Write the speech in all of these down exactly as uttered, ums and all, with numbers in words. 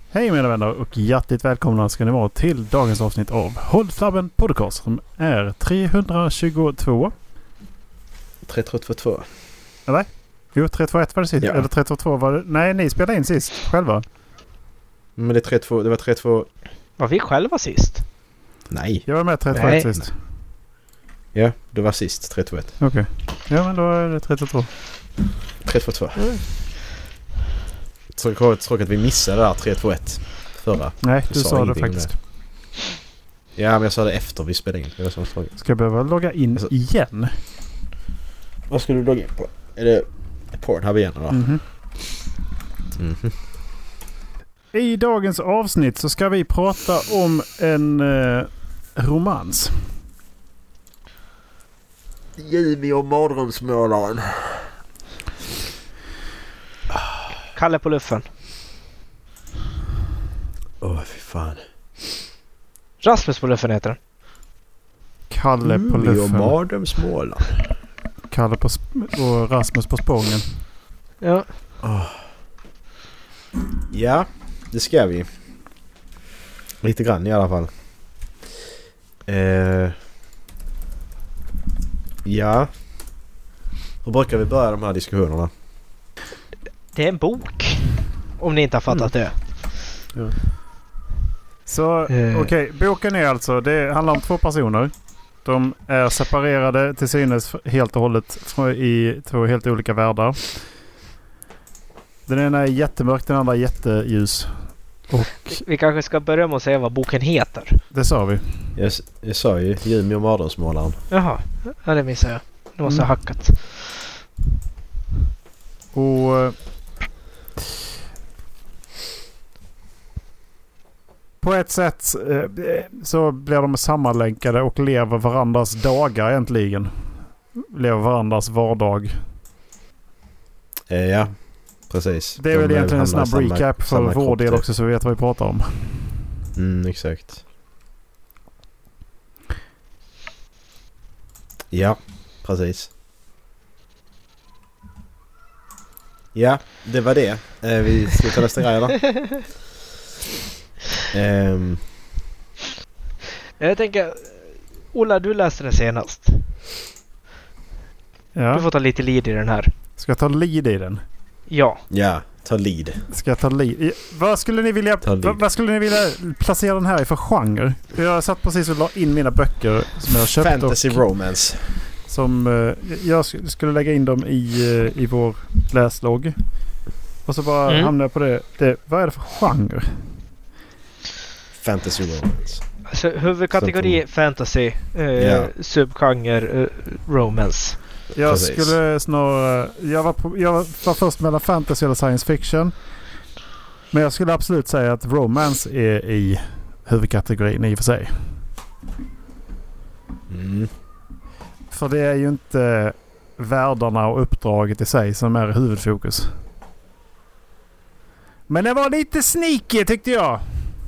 Hej mina vänner och hjärtligt välkomna ska ni vara till dagens avsnitt av Håll Flabben Podcast som är trehundratjugotvå. trehundratjugotvå. Eller? Jo, trehundratjugoett var det sist. Ja. Eller trehundratvå var det. Nej, ni spelade in sist själva. Men det är trettiotvå, det var trettiotvå. Var vi själva sist? Nej. Jag var med trettioett Nej. sist. Ja, det var sist trettioett. Okej. Okay. Ja, men då är det trettiotvå. trettiotvå. Mm. Jag tror att vi missade där trettioett förra. Nej, du sa sa det ingenting om faktiskt. Ja, men jag sa det efter vi spelade in. Det var som fråga. Ska jag behöva logga in Alltså- igen? Vad ska du logga in på? Är det Pornhub igen då? Mhm. Mhm. I dagens avsnitt så ska vi prata om en eh, romans. Jimmy och mardrömsmålaren. Kalle på luffen. Åh, oh, fy fan. Rasmus på luffen heter den. Kalle på Jimmy och luffen. mardrömsmålaren. Kalle på sp- och Rasmus på spången. Ja. Oh. Ja, det ska vi. Lite grann i alla fall. Eh, ja. Hur brukar vi börja de här diskussionerna? Det är en bok. Om ni inte har fattat Mm. det. Ja. Så Eh. okej, okay. Boken är alltså, det handlar om två personer. De är separerade till synes helt och hållet från, i två helt olika världar. Den ena är jättemörk, den andra är jätteljus. Och Vi kanske ska börja med att säga vad boken heter. det sa vi. Jag, jag sa ju Jimmy och mardrömsmålaren. Jaha, ja det missade jag. Det måste Mm. ha hackat. Och eh, på ett sätt eh, så blir de sammanlänkade och lever varandras dagar äntligen. Lever varandras vardag. Eh, ja, precis. Det är väl De egentligen en hamnar snabb i samma- recap för samma vår kropp del typ. också så vi vet vad vi pratar om. Mm, exakt. Ja, precis. Ja, det var det. Eh, vi ska ta nästa grej eller? Ehm, Jag tänker, Ola, du läste den senast. Ja. Du får ta lite lead i den här. Ska jag ta lead i den? Ja. ja, ta lead. Ska jag ta lead? I, vad, skulle ni vilja, Ta lead. vad, vad skulle ni vilja placera den här i för genre? Jag satt precis och la in mina böcker som jag har köpt. Fantasy och, romance. Som eh, jag sk- skulle lägga in dem i, eh, i vår läslogg. Och så bara Mm. hamnar jag på det. det. Vad är det för genre? Fantasy romance. Alltså, huvudkategori fantasy, eh, Ja. subgenre, eh, romance. Jag Precis. skulle snarare... Jag var, på, jag var först mellan fantasy eller science fiction. Men jag skulle absolut säga att romance är i huvudkategorin i och för sig. Mm. För det är ju inte världarna och uppdraget i sig som är huvudfokus. Men det var lite sneaky tyckte jag.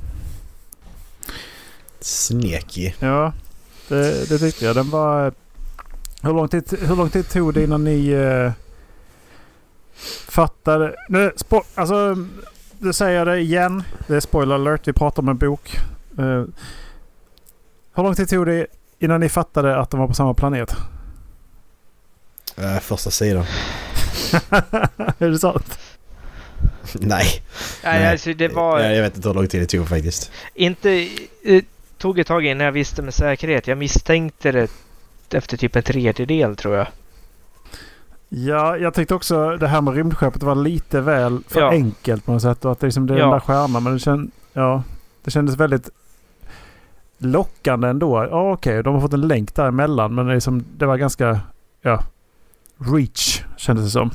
Sneaky. Ja, det, det tyckte jag. Den var... Hur lång tid, hur lång tid tog det innan ni eh, fattade... Nu, spo, alltså, du säger det igen. Det är spoiler alert. Vi pratar om en bok. Eh, hur lång tid tog det innan ni fattade att de var på samma planet? Uh, första sidan. Är det sant? Nej. Nej, Nej. alltså det var Jag, jag vet inte hur lång tid det tog faktiskt. inte... Eh, tog ett tag innan jag visste med säkerhet. Jag misstänkte det efter typ en tredjedel tror jag. Ja, jag tyckte också det här med rymdskeppet var lite väl för Ja. enkelt på något sätt. Och att det, liksom, det är Ja. den där stjärnan. Men det, känd, ja, det kändes väldigt lockande ändå. Ja, okej. Okay, de har fått en länk däremellan. Men det, är liksom, det var ganska... Ja, reach kändes det som.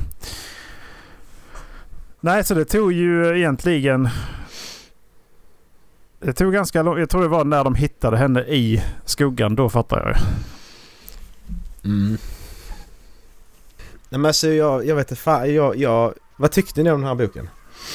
Nej, så det tog ju egentligen... Det tog ganska långt. Jag tror det var när de hittade henne i skuggan. Då fattar jag. Mm. Nej men alltså jag, jag vet inte fan, jag, jag, vad tyckte ni om den här boken?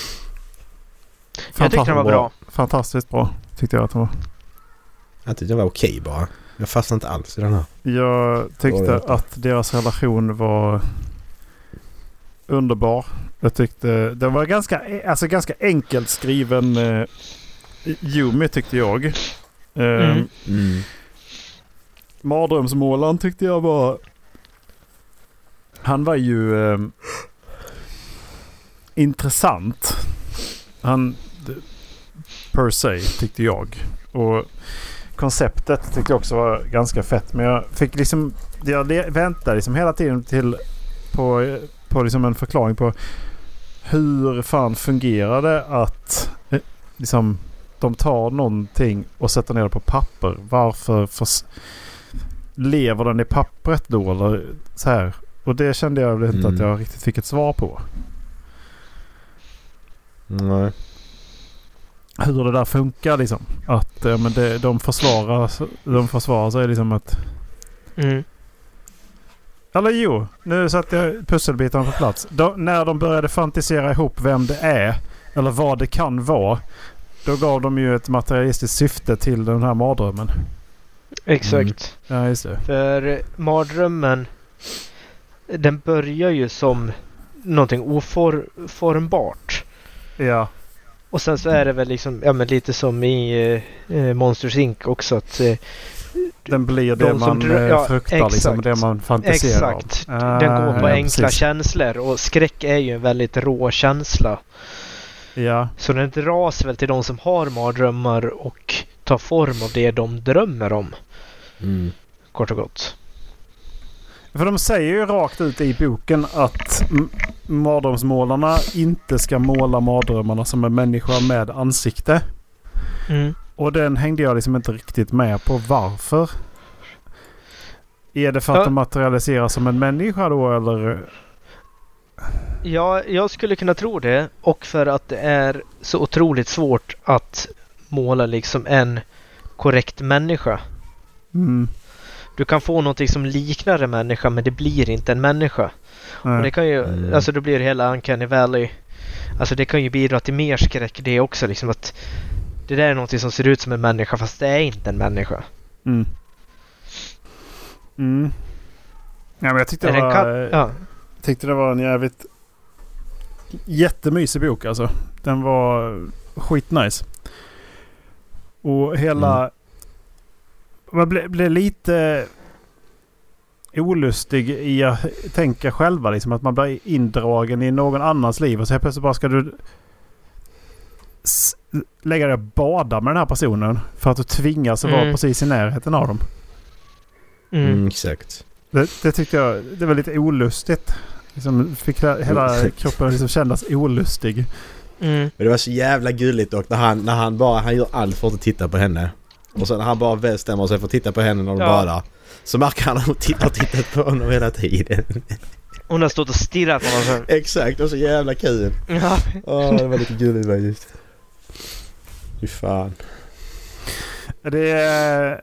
Jag tyckte den var bra. Fantastiskt bra tyckte jag att den var. Jag tyckte den var okej bara. Jag fastnade inte alls i den här. Jag tyckte Dåligt. att deras relation var underbar. Jag tyckte det var ganska, alltså ganska enkelt skriven uh, Yumi tyckte jag. Uh, Mm. Mm. Mardrömsmålaren tyckte jag var... Han var ju uh, intressant. Han... Per se tyckte jag. Och konceptet tyckte jag också var ganska fett. Men jag fick liksom... Jag väntade liksom hela tiden till på, på liksom en förklaring på hur fan fungerar det att liksom, de tar någonting och sätter ner det på papper. Varför förs- lever den i pappret då? Eller så här. Och det kände jag inte Mm. att jag riktigt fick ett svar på. Nej. Hur det där funkar liksom. Att ja, men det, de försvarar de försvarar sig liksom att... Mm. Eller jo, nu satte jag pusselbitarna på plats. Då, när de började fantisera ihop vem det är eller vad det kan vara, då gav de ju ett materialistiskt syfte till den här mardrömmen. Exakt. Mm. Ja, just det. För mardrömmen, den börjar ju som någonting oformbart. Ja. Och sen så är det väl liksom, ja men lite som i eh, Monsters Incorporated också att eh, Den blir de det som man drö- eh, ja, fruktar exakt. liksom, det man fantiserar exakt. om. Ah, Den går på ja, enkla precis. känslor och skräck är ju en väldigt rå känsla. Ja. Så den dras väl till de som har mardrömmar och tar form av det de drömmer om. Mm. Kort och gott. För de säger ju rakt ut i boken att m- mardrömsmålarna inte ska måla mardrömmarna som en människa med ansikte. Mm. Och den hängde jag liksom inte riktigt med på. Varför? Är det för att Ja. de materialiserar som en människa då eller? Ja, jag skulle kunna tro det. Och för att det är så otroligt svårt att måla liksom en korrekt människa. Mm. Du kan få något som liknar en människa men det blir inte en människa. Nej. Och det kan ju, Mm. alltså då blir det hela Uncanny Valley. Alltså det kan ju bidra till mer skräck det också liksom att det där är något som ser ut som en människa fast det är inte en människa. Mm. Mm. Ja, men jag tyckte Är det, det en var, katt? Ja. tyckte det var en jävligt jättemysig bok alltså. Den var skitnice. Och hela Mm. man blev ble lite olustig i att tänka själva liksom att man blir indragen i någon annans liv och så helt plötsligt bara ska du s- lägga dig och bada med den här personen för att du tvingas att vara Mm. precis i närheten av dem. Mm. Mm, exakt. Det, det tyckte jag det var lite olustigt. Liksom fick hela Mm. kroppen liksom kännas olustig. Mm. Men det var så jävla gulligt och när han, när han bara, han gör allt för att titta på henne. Och sen när han bara bestämmer sig för att titta på henne när de Ja. badar. Så märker han att hon tittar, tittat på honom hela tiden. Hon har stått och stirrat på honom. så- Exakt, och så jävla kul. Ja. Åh, det var lite gulligt faktiskt. Fy fan. Det,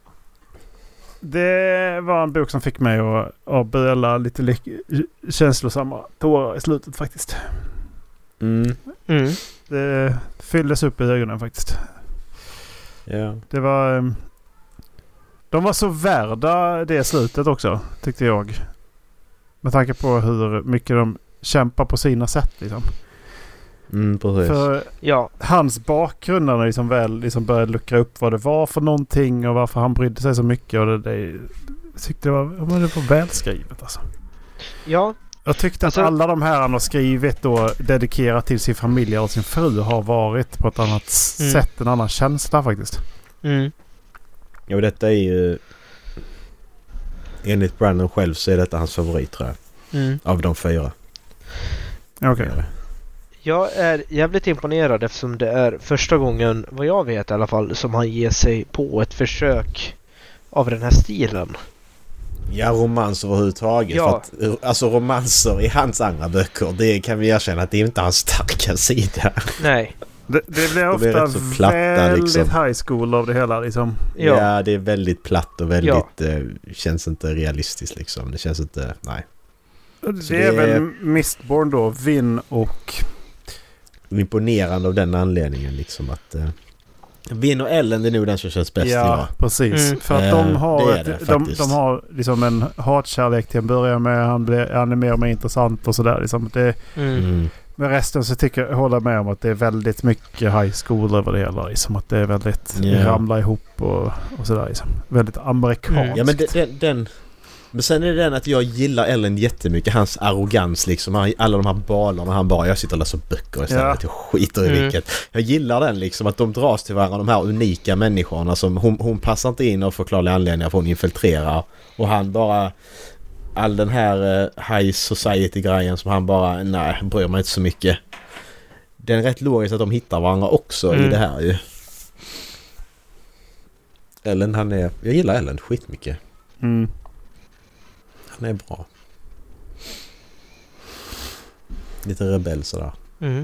det var en bok som fick mig att, att böla lite lik, känslosamma tårar i slutet faktiskt. Mm, Mm. Det fylldes upp i ögonen faktiskt. ja. Det var... ehm, De var så värda det slutet också, tyckte jag. Med tanke på hur mycket de kämpar på sina sätt liksom. Mm, precis. För Ja. hans bakgrund när liksom väl liksom började luckra upp vad det var för någonting och varför han brydde sig så mycket. Och det, det, jag tyckte det var, ja, men det var välskrivet alltså. Ja. Jag tyckte Alltså- att alla de här han har skrivit då dedikerat till sin familj och sin fru har varit på ett annat Mm. sätt, en annan känsla faktiskt. Mm. Ja, och detta är ju... Enligt Brandon själv så är detta hans favorit, tror jag. Mm. Av de fyra. Okej. Ja. Jag är jävligt imponerad eftersom det är första gången, vad jag vet i alla fall, som han ger sig på ett försök av den här stilen. Ja, romans överhuvudtaget. Ja. För att, alltså romanser i hans andra böcker, det kan vi erkänna att det är inte hans starka sida. Nej. Det, det blir De ofta är rätt så platta, väldigt liksom. high school av det hela liksom. Ja. Ja, det är väldigt platt och väldigt... Eh, känns inte realistiskt liksom. Det känns inte... Nej. Det, Så är det är- väl Mistborn då, Vin och... Imponerande av den anledningen liksom att... Eh, Vinner Ellen, det är nog den som känns bäst. Ja, idag. precis. Mm. För att de har, det ett, det, de, de har liksom en hatkärlek till en början med. Han, blir, han är mer och mer intressant och sådär. Liksom. Det, Mm. Mm. med resten så tycker jag håller med om att det är väldigt mycket high school över det hela. Liksom. Att det är väldigt Ja. ramla ihop och, och sådär. Liksom. Väldigt amerikanskt. Mm. Ja, men det, den, den... Men sen är det den att jag gillar Ellen jättemycket. Hans arrogans liksom. Han, alla de här balarna. Han bara, jag sitter och läser böcker istället. Ja. Jag skiter i Mm. vilket. Jag gillar den liksom. Att de dras till varandra. De här unika människorna. Som hon, hon passar inte in av förklarliga anledningar. För hon infiltrerar. Och han bara... All den här uh, high society-grejen som han bara... Nej, bryr mig inte så mycket. Det är rätt logiskt att de hittar varandra också Mm. i det här ju. Ellen, han är... Jag gillar Ellen skitmycket. Mm. Han är bra. Lite rebell sådär. Mm.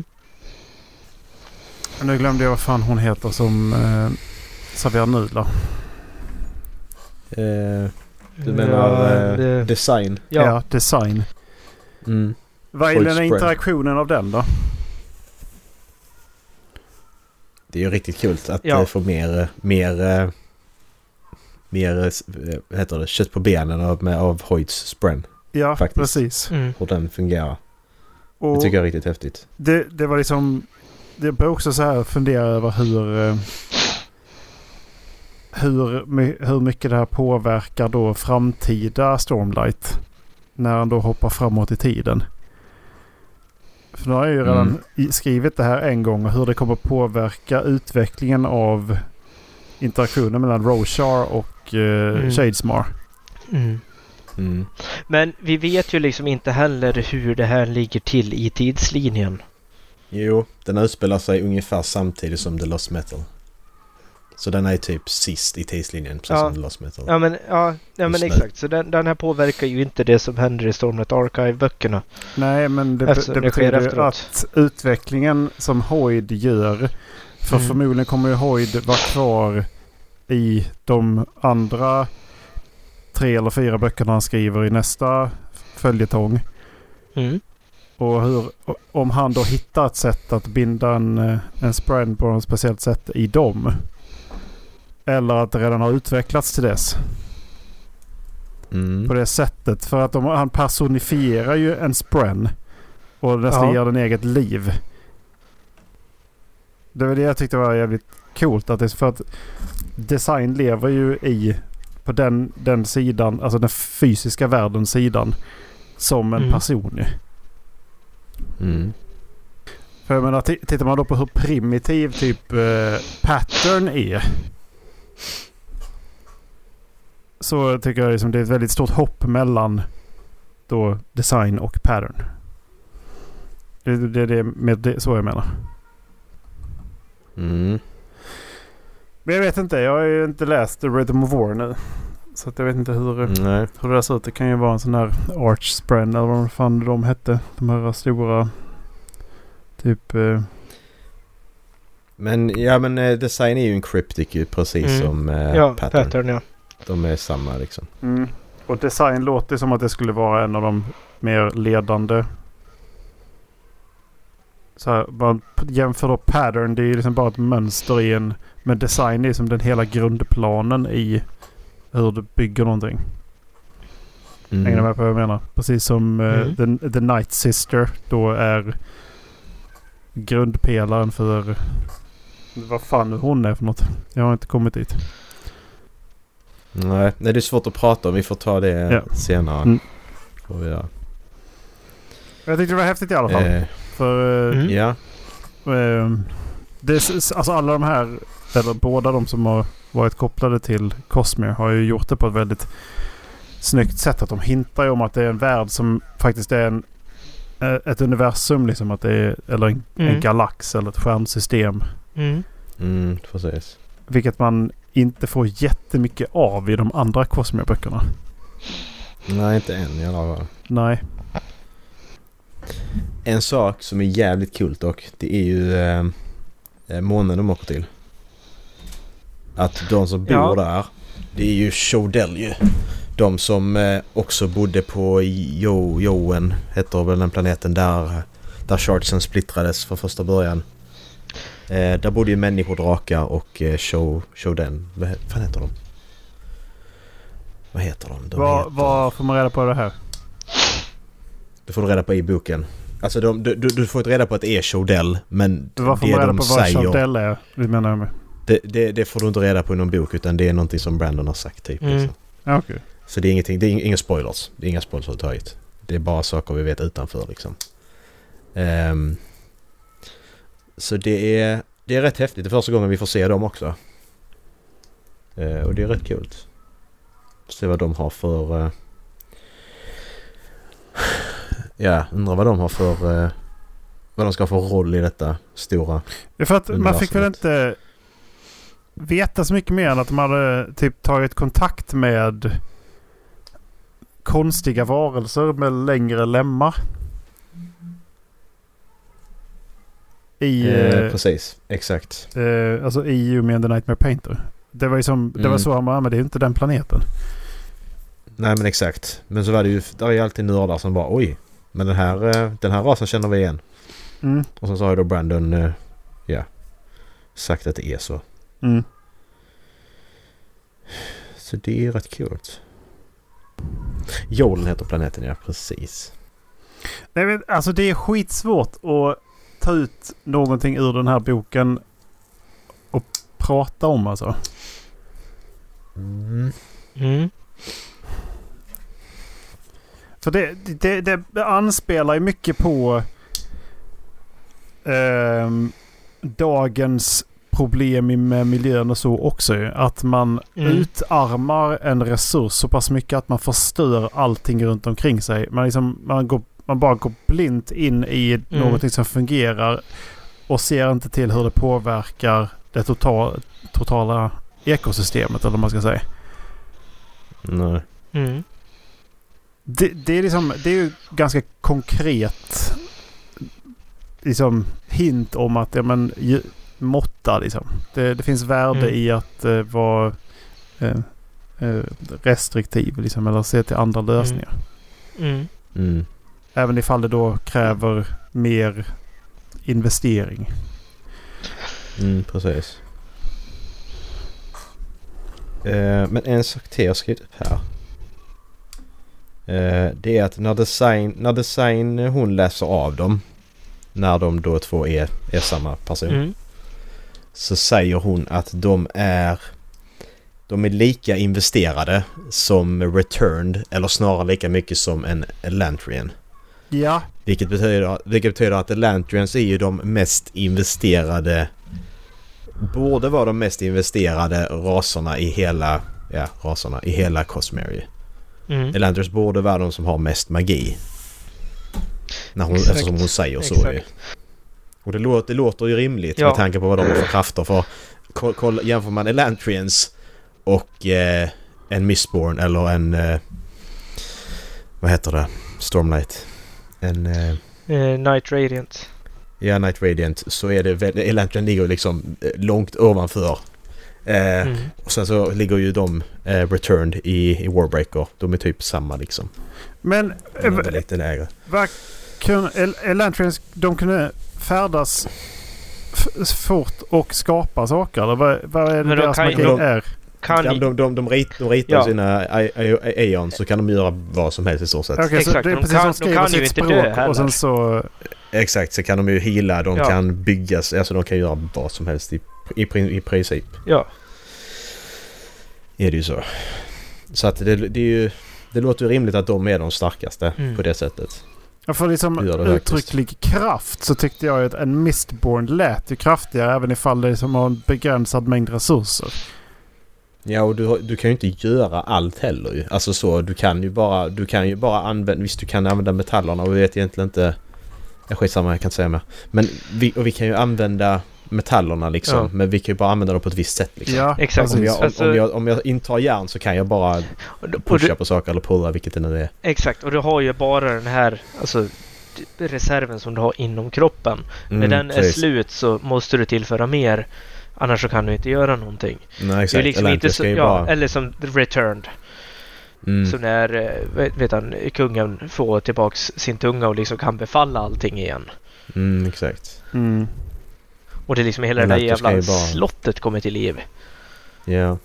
Nu glömde jag vad fan hon heter som eh, serverar nudlar. Eh, du menar Ja, eh, det- design? Ja, Ja. design. Mm. Vad är Oj, den spread. interaktionen av den då? Det är ju riktigt kul att Ja. eh, få mer, mer, eh, mer eh, vad heter det, kött på benen av, med, av Hoyts spren. Ja, Faktiskt. precis. Mm. Hur den fungerar. Och Det tycker jag är riktigt häftigt. det, det var liksom... Det bör också så här fundera över hur... eh, Hur, my- hur mycket det här påverkar då framtida Stormlight. När han då hoppar framåt i tiden. För nu har jag ju redan Mm. i- skrivit det här en gång. Och hur det kommer påverka utvecklingen av interaktionen mellan Roshar och eh, Mm. Shadesmar. Mm. Mm. Men vi vet ju liksom inte heller hur det här ligger till i tidslinjen. Jo, den utspelar sig ungefär samtidigt som The Lost Metal. Så den är typ sist i tidslinjen, precis Ja. som The Lost Metal. Ja men, ja, ja, men Just nu. exakt. Så den, den här påverkar ju inte det som händer i Stormlight Archive-böckerna. Nej, men det, Eftersom det det sker betyder ju efteråt. att utvecklingen som Hoyd gör. För Mm. förmodligen kommer ju Hoyd vara kvar i de andra tre eller fyra böckerna han skriver i nästa följetong. Mm. Och hur, om han då hittar ett sätt att binda en, eh, en spren på något speciellt sätt i dem. Eller att det redan har utvecklats till dess. Mm. På det sättet. För att de, han personifierar ju en spren. Och nästan Ja. ger den eget liv. Det var det jag tyckte var jävligt coolt. Att det, för att design lever ju i på den, den sidan. Alltså den fysiska världens sidan. Som en Mm. person ju. Mm. För jag menar, t- tittar man då på hur primitiv typ eh, pattern är. Så tycker jag liksom det är ett väldigt stort hopp mellan då design och pattern. Det är det, det, med det så jag menar. Mm. Men jag vet inte, jag har ju inte läst The Rhythm of War nu. Så att jag vet inte hur, Nej. hur det där ser ut. Det kan ju vara en sån här Arch Spren eller vad fan de hette. De här stora typ... Eh, Men ja, men eh, design är ju en cryptic ju, precis Mm. som eh, Ja, pattern. pattern, ja. De är samma liksom. Mm. Och design låter som att det skulle vara en av de mer ledande. Så här, man jämför då pattern, det är ju liksom bara ett mönster i en... Men design är som den hela grundplanen i hur du bygger någonting. Mm. Hänger du med på vad jag menar? Precis som eh, Mm. the, the Night Sister då är grundpelaren för... Vad fan hon är för något. Jag har inte kommit dit. Nej, nej, det är svårt att prata om. Vi får ta det Ja. senare. Mm. Får vi göra. Jag tyckte det var häftigt i alla fall. Eh, För... eh, Mm. ja. Ehm, det, är- alltså alla de här, eller båda de som har varit kopplade till Cosmere har ju gjort det på ett väldigt snyggt sätt. Att de hintar ju om att det är en värld som faktiskt är en, eh, ett universum liksom. Att det är, eller en, Mm. en galax eller ett stjärnsystem. Mm. Mm, precis. Vilket man inte får jättemycket av i de andra Cosmere-böckerna. Nej, inte än i alla fall. Nej. En sak som är jävligt kul dock, det är ju eh, månen de åker till. Att de som bor Ja. där, det är ju Shodell ju. De som eh, också bodde på Jo, Joen, heter väl den planeten där, där Chartsen splittrades för första början. Eh, där bodde ju människor, drakar och eh, show, show den. Vad fan heter de? Vad heter de? de Vad heter... va får man reda på det här? Det får du reda på i boken. Alltså de, du, du får inte reda på att det är Shodell, men Vad får det man reda de på vad säger... Shodell är? Det menar jag med. Det, det, det får du inte reda på i någon bok, utan det är någonting som Brandon har sagt typ. Mm. Liksom. Ja, okay. Så det är ingenting, det är inga spoilers. Det är inga spoilers att ta hit. Det är bara saker vi vet utanför liksom. Um, så det är, det är rätt häftigt. Det är första gången vi får se dem också. Uh, och det är rätt kul. Se vad de har för... Uh, ja, undrar vad de har för... Uh, vad de ska få roll i detta stora... Ja, för att man fick väl inte veta så mycket mer än att de hade typ tagit kontakt med konstiga varelser med längre lemmar. I, eh, precis, exakt. Eh, alltså i You Me and the Nightmare Painter. Det var ju som, det Mm. var så han bara, men det är inte den planeten. Nej men exakt. Men så var det ju, där är ju alltid nördar som bara oj, men den här, den här rasen känner vi igen. Mm. Och sen så har ju då Brandon ja, yeah, sagt att det är så. Mm. Så det är rätt kul. Jolen heter planeten, ja precis. Nej, men, alltså det är skitsvårt att ta ut någonting ur den här boken och prata om alltså. Mm. Mm. För det, det, det anspelar ju mycket på eh, dagens problem med miljön och så också. Att man Mm. utarmar en resurs så pass mycket att man förstör allting runt omkring sig. Man, liksom, man, går, man bara går blint in i Mm. någonting som fungerar och ser inte till hur det påverkar det total, totala ekosystemet eller vad man ska säga. Nej. Mm. Det, det, är liksom, det är ju ganska konkret liksom, hint om att ja, men, ju, måtta liksom. Det, det finns värde Mm. i att uh, vara uh, uh, restriktiv liksom, eller se till andra lösningar. Mm. Mm. Även ifall det då kräver mer investering. Mm, precis. Eh, men en sak till jag har skrivit upp här. Eh, det är att när design, när design hon läser av dem, när de då två är, är samma person, Mm. så säger hon att de är de är lika investerade som Returned, eller snarare lika mycket som en Elantrian. Ja. Vilket betyder, vilket betyder att Elantrians är ju de mest investerade, borde vara de mest investerade raserna i hela, ja, raserna i hela Cosmere. Mm. Elantrians borde vara de som har mest magi. När hon, Exakt. eftersom hon säger så. Exakt. Ju. Och det låter, det låter ju rimligt Ja. med tanke på vad de har för krafter. För koll, koll, jämför man Elantrians och eh, en Mistborn eller en eh, vad heter det? Stormlight. En eh, Eh, Night Radiant. ja, Night Radiant, så är det väl, Elantrian ligger liksom eh, långt ovanför. Eh, Mm. Och sen så ligger ju de eh, Returned i, i Warbreaker. De är typ samma liksom. Men De är lite lägre. vad kunde, El- Elantrians, de kunde färdas f- fort och skapa saker? Eller vad, vad är det Men de deras kan- magi de- är? Kan Ja, ju- de, de, de, rit, de ritar Ja. sina Aeon, så kan de göra vad som helst i stort sett. Okej, så Exakt, det är de precis kan- som de skriver kan ju sitt inte dö språk heller. och sen så... Exakt, så kan de ju heala, de Ja. kan byggas, alltså de kan göra vad som helst i, i, i princip. Ja. Är det ju så. Så att det, det är ju, det låter ju rimligt att de är de starkaste Mm. på det sättet. Ja, för liksom Gör det faktiskt. uttrycklig kraft så tyckte jag att en Mistborn lät ju kraftigare även ifall det som har en begränsad mängd resurser. Ja, och du, har- du kan ju inte göra allt heller ju. Alltså så, du kan ju bara, du kan ju bara använda, visst du kan använda metallerna och vi vet egentligen inte, jag skitsamma, jag kan inte säga mer. Men vi, och vi kan ju använda metallerna liksom, Ja. men vi kan ju bara använda dem på ett visst sätt liksom. Ja, Exakt. Om precis. jag, om, Alltså- om, jag, om jag intar järn så kan jag bara Och du, och pusha du, på saker eller pulla, vilket det nu är. exakt, och du har ju bara den här alltså, d- reserven som du har inom kroppen. Mm, När den är precis. slut så måste du tillföra mer. Annars så kan du inte göra någonting. Nej, Det är exakt. liksom Eller inte ska så, ju ja, bara... eller som Returned. Mm. Så när eh, vet, vet han, kungen får tillbaks sin tunga och liksom kan befalla allting igen. Mm, exakt. Mm. Och det är liksom hela det där Elantrius kan jävla ju bara- slottet kommer till liv. Ja.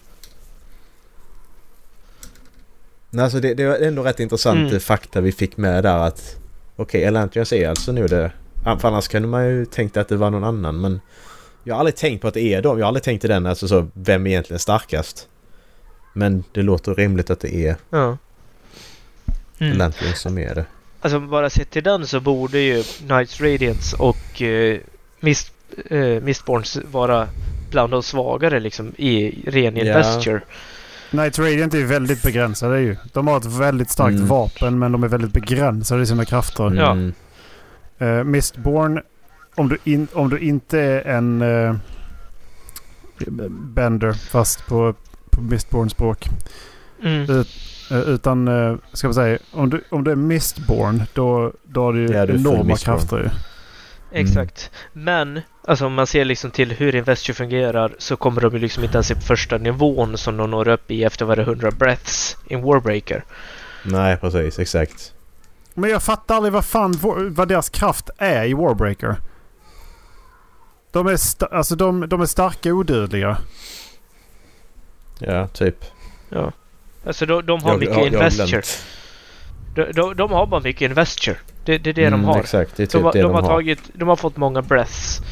Nej, alltså det, det är ändå rätt intressant Mm. fakta vi fick med där att okej, okay, Elantrius är alltså nu det. För annars kunde man ju tänkt att det var någon annan, men jag har aldrig tänkt på att det är dem. Jag har aldrig tänkt i den, alltså så, vem är egentligen starkast? Men det låter rimligt att det är Ja. Mm. Elantrius som är det. Alltså bara sett till den så borde ju Knights Radiance och uh, Mist, uh, Mistborns vara bland de svagare liksom i ren Ja. investure. Knights Radiant är väldigt begränsade ju. De har ett väldigt starkt Mm. vapen, men de är väldigt begränsade i sina krafter. Ja. Mm. Uh, Mistborn, om du, in, om du inte är en uh, bender, fast på, på Mistborn språk. Mm. Uh, utan, uh, ska man säga, om du, om du är Mistborn, då, då har du ju Ja, du är full enorma Mistborn. krafter ju. Exakt. Men alltså om man ser liksom till hur Investure fungerar så kommer de ju liksom inte ens i första nivån som de når upp i efter varje hundra breaths in Warbreaker. Nej, precis. Exakt. Men jag fattar aldrig vad fan vad deras kraft är i Warbreaker. De är, sta- alltså de, de är starka och odödliga. Ja, typ. Ja. Alltså de, de har Jag- mycket jag- jag har Investure. glömt. De, de, de har bara mycket Investure. Det, det är det Mm, de har. Exakt, det är typ De, har- det de, de, har har. tagit, de har fått många breaths.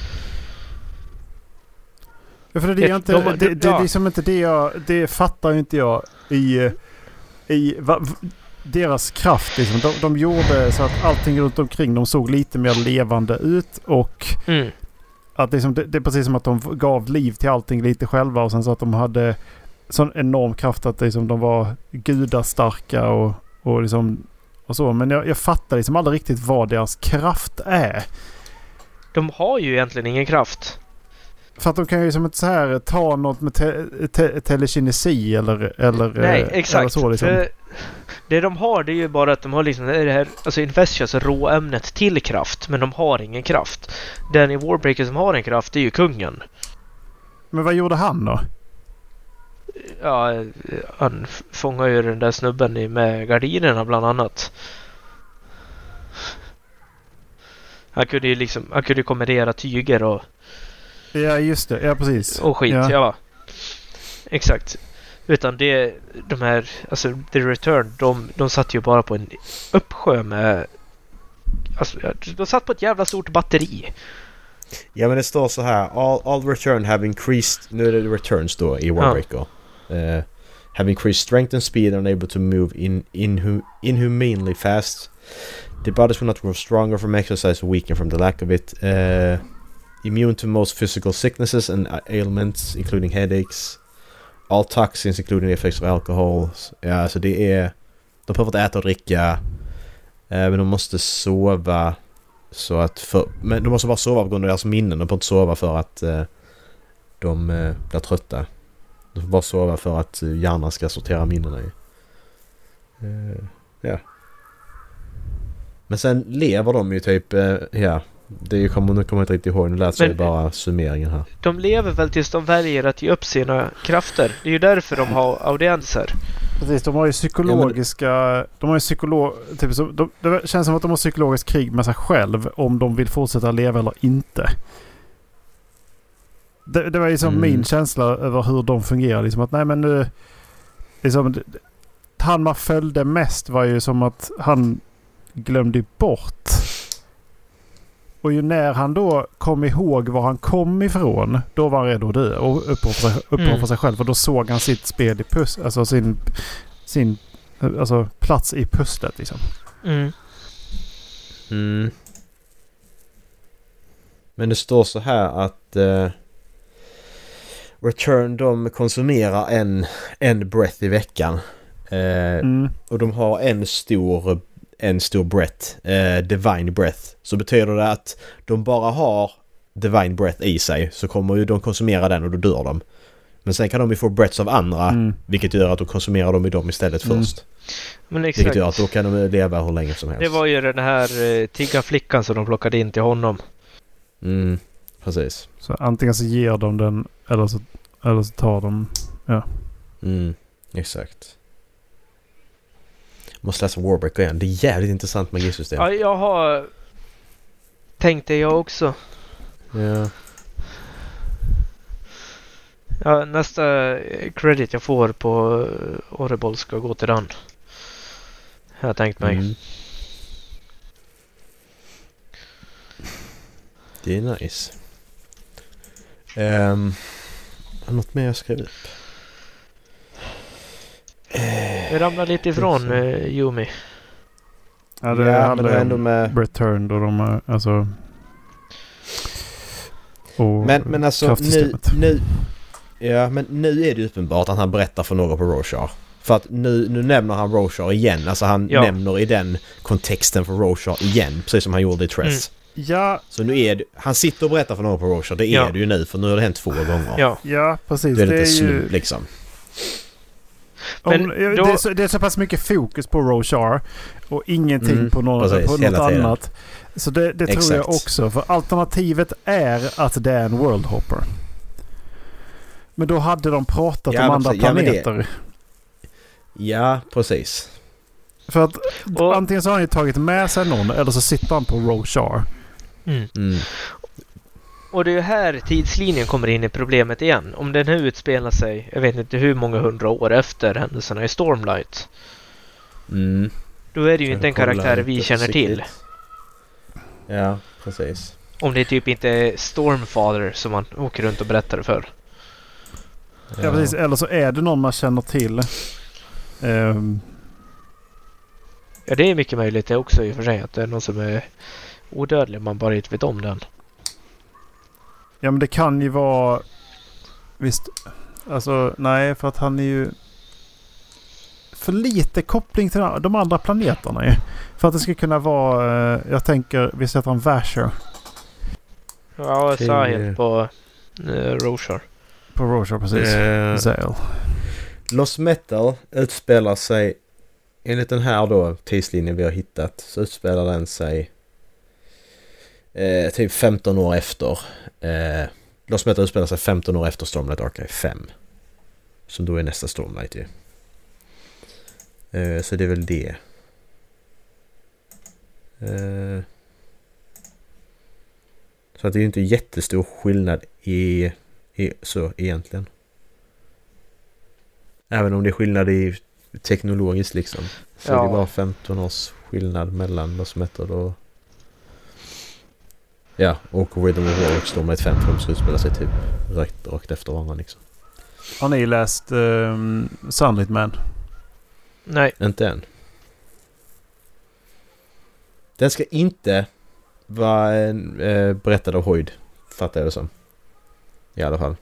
Ja, för det, är Det- inte, de- det, det är ja. liksom inte det jag... Det fattar ju inte jag i... i va, v- deras kraft liksom. De, de gjorde så att allting runt omkring de såg lite mer levande ut och Mm. att liksom, det, det är precis som att de gav liv till allting lite själva och sen så att de hade sån enorm kraft att liksom, de var gudastarka och, och liksom och så. Men jag, jag fattar liksom aldrig riktigt vad deras kraft är. De har ju egentligen ingen kraft. För att de kan ju som ett så här ta något med te, te, telekinesi eller, eller, Nej, eh, exakt. eller så liksom. För det de har det är ju bara att de har liksom det här, alltså Investius råämnet till kraft, men de har ingen kraft. Den i Warbreaker som har en kraft är ju kungen. Men vad gjorde han då? Ja, han f- fångar ju den där snubben i- med gardinerna bland annat. Han kunde ju liksom, han kunde ju kommendera tyger och, Ja, just det. Ja, precis. och skit, Ja. ja. Exakt. Utan det, de här, alltså The Return, de, de satt ju bara på en uppsjö med, alltså, de satt på ett jävla stort batteri. Ja, men det står så här. All, all return have increased... Nu är det returns då i Warbreaker. Uh, have increased strength and speed and are able to move in, inhu, inhumanely fast. The bodies will not grow stronger from exercise or weaken from the lack of it. Uh, immune to most physical sicknesses and ailments, including headaches. All toxins, including the effects of alcohol. Ja, alltså det är... De behöver inte äta och dricka. Uh, men de måste sova... Så att för, men de måste bara sova på grund av deras minnen. De får inte sova för att uh, de uh, blir trötta. De får bara sova för att uh, hjärnan ska sortera minnena i. Uh, ja. Men sen lever de ju typ... Uh, ja. Det kommer, nu kommer jag inte riktigt ihåg. Nu läser jag Men- bara summeringen här. De lever väl tills de väljer att ge upp sina krafter. Det är ju därför de har audienser. Precis, de har ju psykologiska... De har ju psykolog... Typ, så, de, det känns som att de har psykologiskt krig med sig själv om de vill fortsätta leva eller inte. Det, det var ju som Mm. min känsla över hur de fungerar. Liksom att nej men nu... Liksom, det- han man följde mest var ju som att han glömde bort. Och ju när han då kom ihåg var han kom ifrån, då var han redo att dö och uppoffra sig, uppoffra Mm. sig själv. Och då såg han sitt spel i puss, alltså sin, sin alltså plats i pusslet liksom. Mm. Mm. Men det står så här att uh, Return, de konsumerar en, en breath i veckan. Uh, Mm. Och de har en stor en stor breath, uh, divine breath. Så betyder det att de bara har divine breath i sig, så kommer ju de konsumera den och då dör de. Men sen kan de ju få breaths av andra, Mm. vilket gör att de konsumerar dem i dem istället Mm. först. Men Vilket exakt. gör att då kan de leva hur länge som helst. Det var ju den här eh, tiggarflickan som de plockade in till honom. Mm, precis. Så antingen så ger de den eller så, eller så tar de... Mm, exakt. Måste läsa Warbreaker igen. Det är jävligt intressant magisystem. Ja, jag har tänkt det jag också. Ja. Ja, nästa credit jag får på Audible ska gå till den. Jag har tänkt mig. Mm. Det är nice. Um, något mer jag skrev upp? Vi ramlar lite ifrån uh, Yumi. Ja, det ja, handlar men om ändå med... Return då de är, alltså... Men, men alltså nu, nu... Ja, men nu är det uppenbart att han berättar för några på Roshar. För att nu, nu nämner han Roshar igen. Alltså han ja. nämner i den kontexten för Roshar igen. Precis som han gjorde i Tress. Mm. Ja. Så nu är det, han sitter och berättar för någon på Roshar. Det är ja. det ju nu, för nu har det hänt två gånger. Ja, ja precis. Det är lite det är slump ju... liksom. Men Om, då... det, är så, det är så pass mycket fokus på Roshar och ingenting mm, på, någon, precis, på något annat. Så det, det tror jag också. För alternativet är att det är en World Hopper. Men då hade de pratat ja, om andra precis, planeter. Ja, ja, precis. För att och, antingen så har han ju tagit med sig någon eller så sitter han på Roshar. Mm. Mm. Och det är ju här tidslinjen kommer in i problemet igen. Om den nu utspelar sig, jag vet inte hur många hundra år efter händelserna i Stormlight. Mm. Då är det ju inte en karaktär vi känner till. Ja, precis. Om det typ inte är Stormfather som man åker runt och berättar för. Ja, ja precis. Eller så är det någon man känner till. Um. Ja, det är mycket möjligt det också i och för sig. Att det är någon som är odödlig man bara inte vet om den. Ja, men det kan ju vara... Visst, alltså nej, för att han är ju för lite koppling till de andra planeterna ju. För att det ska kunna vara, jag tänker, vi sätter en Vasher. Ja, jag sa helt på uh, Roshar. På Roshar, precis. Uh, Zale. Lost Metal utspelar sig, enligt den här då tidslinjen vi har hittat, så utspelar den sig eh, typ femton år efter. Eh, Lost Metal utspelar sig femton år efter Stormlight Archive fem. Som då är nästa Stormlight ju. Eh, så det är väl det. Eh, så att det är ju inte jättestor skillnad i, i så egentligen. Även om det är skillnad i teknologiskt liksom. Så ja. Det är bara femton års skillnad mellan Lost Metal och ja, och Rhythm of War och Stormlight fem, för de ska utspela sig typ rakt, rakt efter varandra liksom. Har ni läst um, Sunlit Man? Nej. Inte än. Den ska inte vara äh, berättad av Hoyd, fattar jag det som. I alla fall.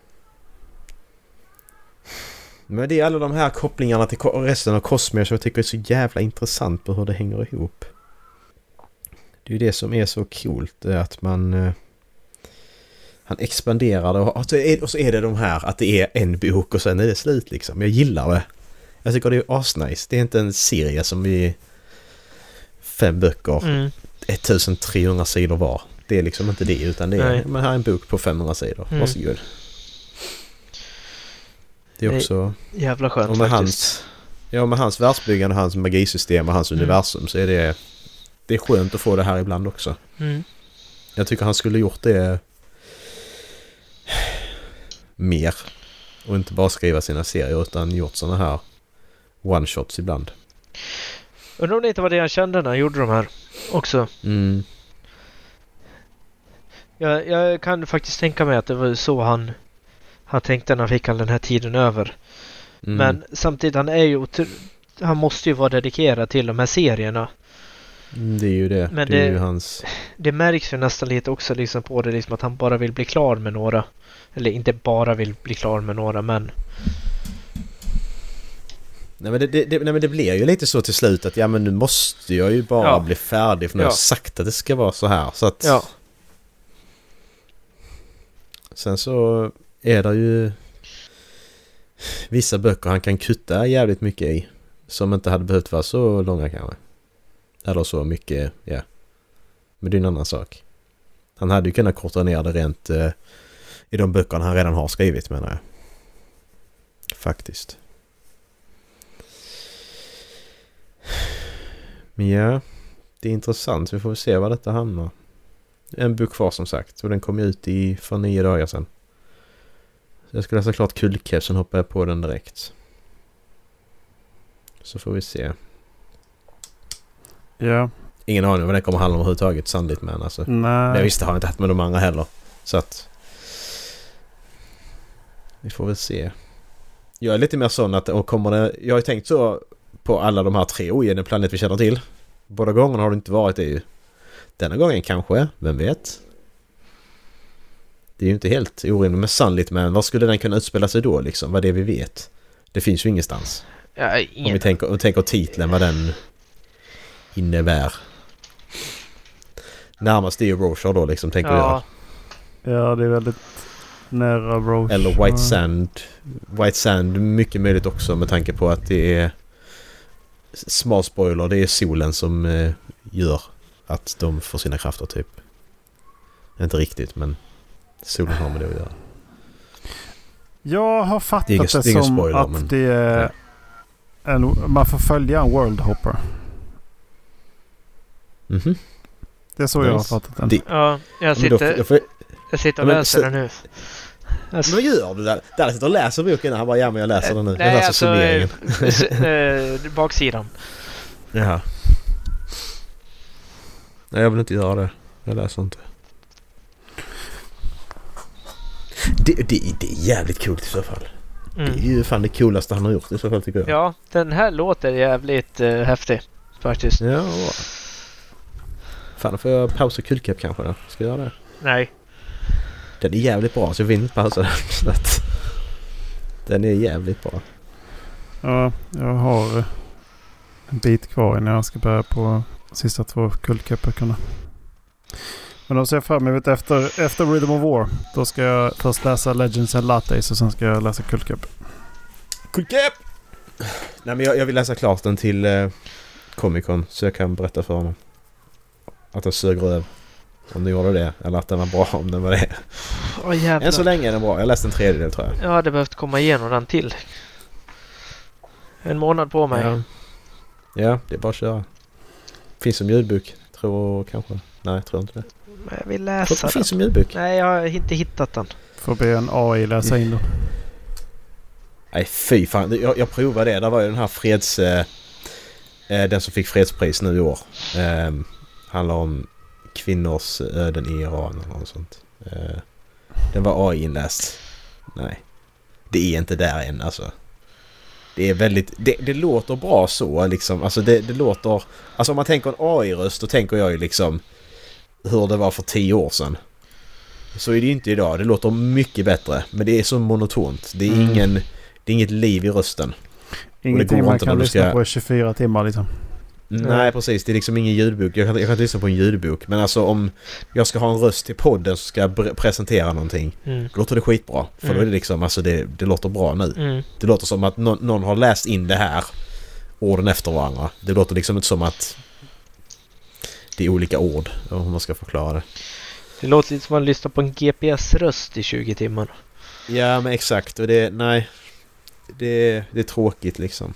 Men det är alla de här kopplingarna till resten av Cosmere som jag tycker är så jävla intressant på hur det hänger ihop. Det är ju det som är så coolt, att man uh, han expanderar det och, och, så är, och så är det de här att det är en bok och sen är det slut liksom. Jag gillar det. Jag tycker det är asnice. Det är inte en serie som är fem böcker, mm. ettusentrehundra sidor var. Det är liksom inte det, utan det är man har en bok på femhundra sidor. Mm. Varsågod. Det är också jävla skönt och med faktiskt. Hans, ja, med hans världsbyggande, hans magisystem och hans mm. universum, så är det det är skönt att få det här ibland också. Mm. Jag tycker han skulle gjort det mer och inte bara skriva sina serier utan gjort såna här one-shots ibland. Undrar om det inte var det han kände när han gjorde de här också. Mm. Jag, jag kan faktiskt tänka mig att det var så han han tänkte när han fick all den här tiden över. Mm. Men samtidigt, han är ju han måste ju vara dedikerad till de här serierna. Mm, det är ju det. Men det, det, är ju hans... det märks ju nästan lite också liksom på det, liksom att han bara vill bli klar med några. Eller inte bara vill bli klar med några, men... Nej men det, det, det, nej, men det blir ju lite så till slut att ja, men nu måste jag ju bara ja. bli färdig, för nu ja. har jag sagt att det ska vara så här. Så att... Ja. Sen så är det ju vissa böcker han kan kutta jävligt mycket i, som inte hade behövt vara så långa kanske. Eller så mycket, ja. Men det är en annan sak. Han hade ju kunnat korta ner det rent eh, i de böckerna han redan har skrivit, menar jag. Faktiskt. Men ja, det är intressant. Vi får se vad detta hamnar. En bok kvar som sagt. Och den kom ut i för nio dagar sedan. Jag ska läsa klart Kullkepp, sen hoppar jag på den direkt. Så får vi se. Ja. Ingen aning om vad det kommer handla om överhuvudtaget, sannolikt, men alltså. Nej. Jag visste har jag inte haft med de andra heller. Så att vi får väl se. Jag är lite mer sån att och kommer det, jag har ju tänkt så på alla de här tre ojämna planeter vi känner till. Båda gångerna har det inte varit det ju. Denna gången kanske, vem vet? Det är ju inte helt orimligt med sannolikt, men vad skulle den kunna utspela sig då liksom? Vad det vi vet? Det finns ju ingenstans. Ja, ingen. Om vi tänker, om vi tänker titeln, vad den innebär. Närmast är ju Roshar då liksom, tänker Ja. jag. Ja, det är väldigt nära Roche. Eller White Sand. White Sand mycket möjligt också, med tanke på att det är small spoiler, det är solen som eh, gör att de får sina krafter typ. Inte riktigt, men solen har med det att göra. Jag har fattat Det är ingen- det, det är ingen som spoiler, att men- det är en, man får följa en World Hopper. Mhm. Det är så jag har Nice. fattat den. Det- Ja, jag Men då, sitter, jag får, jag sitter och men läser så- den nu. Alltså, men vad gör du där? Där sitter och läser boken. Han bara, ja men jag läser den nu. Jag nej, läser alltså summeringen. eh, s- eh, baksidan. Jaha. Nej, jag vill inte göra det. Jag läser inte. Det, det, det är jävligt coolt i så fall. Det är Mm. ju fan det coolaste han har gjort i så fall, tycker jag. Ja, den här låter jävligt uh, häftig faktiskt. Ja. Fan, då får jag pausa Kullkepp kanske då. Ska jag göra det? Nej. Den är jävligt bra, så jag vill inte pausa den. Så att den är jävligt bra. Ja, jag har en bit kvar innan jag ska börja på sista två Kullkepp-böckerna. Men då ser jag fram emot efter, efter Rhythm of War. Då ska jag först läsa Legends and Lattes och sen ska jag läsa Kullkepp. Kullkepp! Nej, men jag, jag vill läsa klart den till eh, Comic Con, så jag kan berätta för honom att jag sög röv om den gjorde det, eller att den var bra om den var det. Åh jävlar. Än så länge är den bra. Jag läste en tredjedel, tror jag. Jag hade behövt komma igenom den till. En månad på mig. Ja. Ja, det är bara att köra. Finns som ljudbok, tror kanske. Nej, tror inte det. Men jag vill Tror läsa det den. finns som ljudbok. Nej, jag har inte hittat den. Får be en A I läsa in då. Nej, fy fan. Jag, jag provade det. Där var ju den här freds... Eh, eh, den som fick fredspris nu i år. Eh, handlar om kvinnors öden i Iran eller något sånt. Eh, den var A I-inläst. Nej. Det är inte där än, alltså. Det är väldigt... Det, det låter bra så, liksom. Alltså, det, det låter... Alltså, om man tänker en A I-röst, då tänker jag ju liksom hur det var för tio år sedan. Så är det ju inte idag. Det låter mycket bättre. Men det är så monotont. Det är Mm. ingen... Det är inget liv i rösten. Ingenting går man inte kan när du lyssna ska- på i tjugofyra timmar liksom. Nej, precis. Det är liksom ingen ljudbok. Jag kan, jag kan inte lyssna på en ljudbok. Men alltså om jag ska ha en röst till podden så ska jag bre- presentera någonting. Mm. Då låter det skitbra. För Mm. då är det liksom, alltså det, det låter bra nu. Mm. Det låter som att någon, någon har läst in det här orden efter varandra. Det låter liksom inte som att det är olika ord, om man ska förklara det. Det låter lite som att man lyssnar på en G P S-röst i tjugo timmar. Ja, men exakt. Och det, nej. Det, det är tråkigt liksom.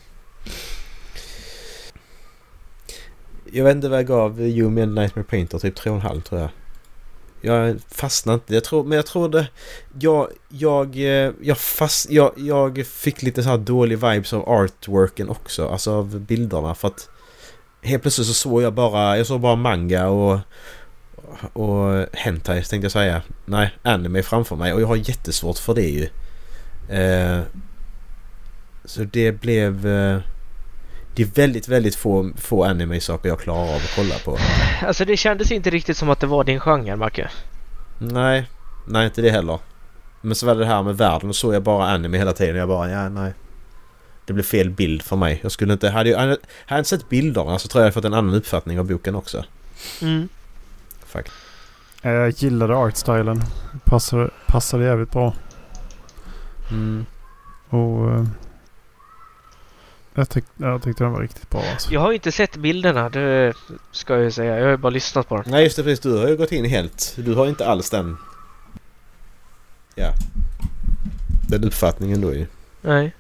Jag vet inte vad jag gav Yumi and Nightmare Painter, typ tre och en halv tror jag. Jag fastnade inte. Jag tror, men jag tror det... Jag, jag, jag, fast, jag, jag fick lite så här dålig vibes av artworken också. Alltså av bilderna. För att helt plötsligt så såg jag bara... Jag såg bara manga och... Och hentai tänkte jag säga. Nej, anime framför mig. Och jag har jättesvårt för det ju. Eh, så det blev... Eh, det är väldigt, väldigt få, få anime-saker jag klarar av att kolla på. Alltså det kändes inte riktigt som att det var din genre, Macke. Nej, nej inte det heller. Men så var det här med världen och så jag bara anime hela tiden. Jag bara, ja nej. Det blev fel bild för mig. Jag skulle inte... Hade jag, hade jag inte sett bilderna så tror jag jag fått en annan uppfattning av boken också. Mm. Fuck. Jag gillade artstylen. Passade, passade jävligt bra. Mm. Och eh, jag, tyck, jag tyckte den var riktigt bra alltså. Jag har ju inte sett bilderna, det ska jag ju säga. Jag har ju bara lyssnat på dem. Nej just det, precis. Du har ju gått in helt. Du har inte alls den... Ja. Den uppfattningen då ju. Nej.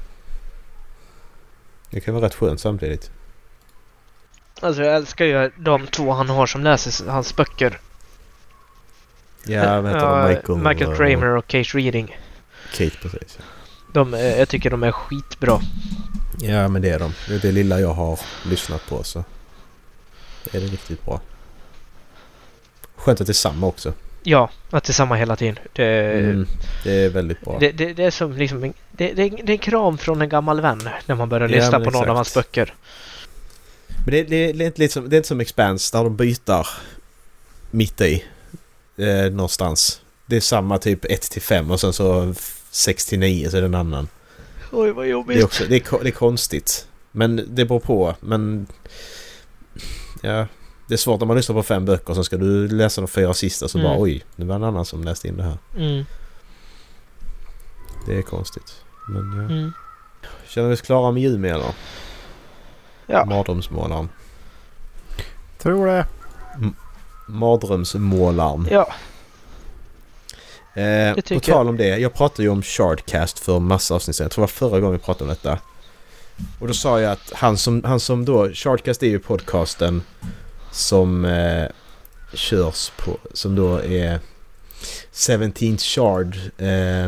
Det kan vara rätt skönt samtidigt. Alltså jag älskar ju de två han har som läser hans böcker. Ja, vad heter Ja, de? Michael, Michael och- Kramer och Kate Reading. Kate, precis. De, eh, jag tycker de är skitbra. Ja, men det är de. Det är det lilla jag har lyssnat på, så det är det riktigt bra. Skönt att det är samma också. Ja, att det är samma hela tiden. Det, Mm, det är väldigt bra. det, det, det är som liksom en, det, det, är, det är en kram från en gammal vän när man börjar Ja, lyssna men på någon exakt. av hans böcker. Men det, det, det, är inte lite som, det är inte som Expanse där de byter mitt i eh, någonstans. Det är samma typ ett till fem och sen så sex till nio så är det en annan. Oj, vad jobbigt. Det är, också, det, är, ko- det är konstigt. Men det beror på. Men ja, det är svårt när man lyssnar på fem böcker och så ska du läsa de fyra sista så Mm. bara oj, det var en annan som läste in det här. Mm. Det är konstigt. Men ja. Mm. Känner vi oss klara med Yumi eller? Ja. Mardrömsmålaren. Tror det. Mardrömsmålaren. Ja. Eh, på tycker tal om det, jag pratade ju om Shardcast för massa avsnitt sedan. Jag tror det var förra gången vi pratade om detta. Och då sa jag att han som, han som då, Shardcast är ju podcasten som eh, körs på, som då är seventeenth Shard. Eh,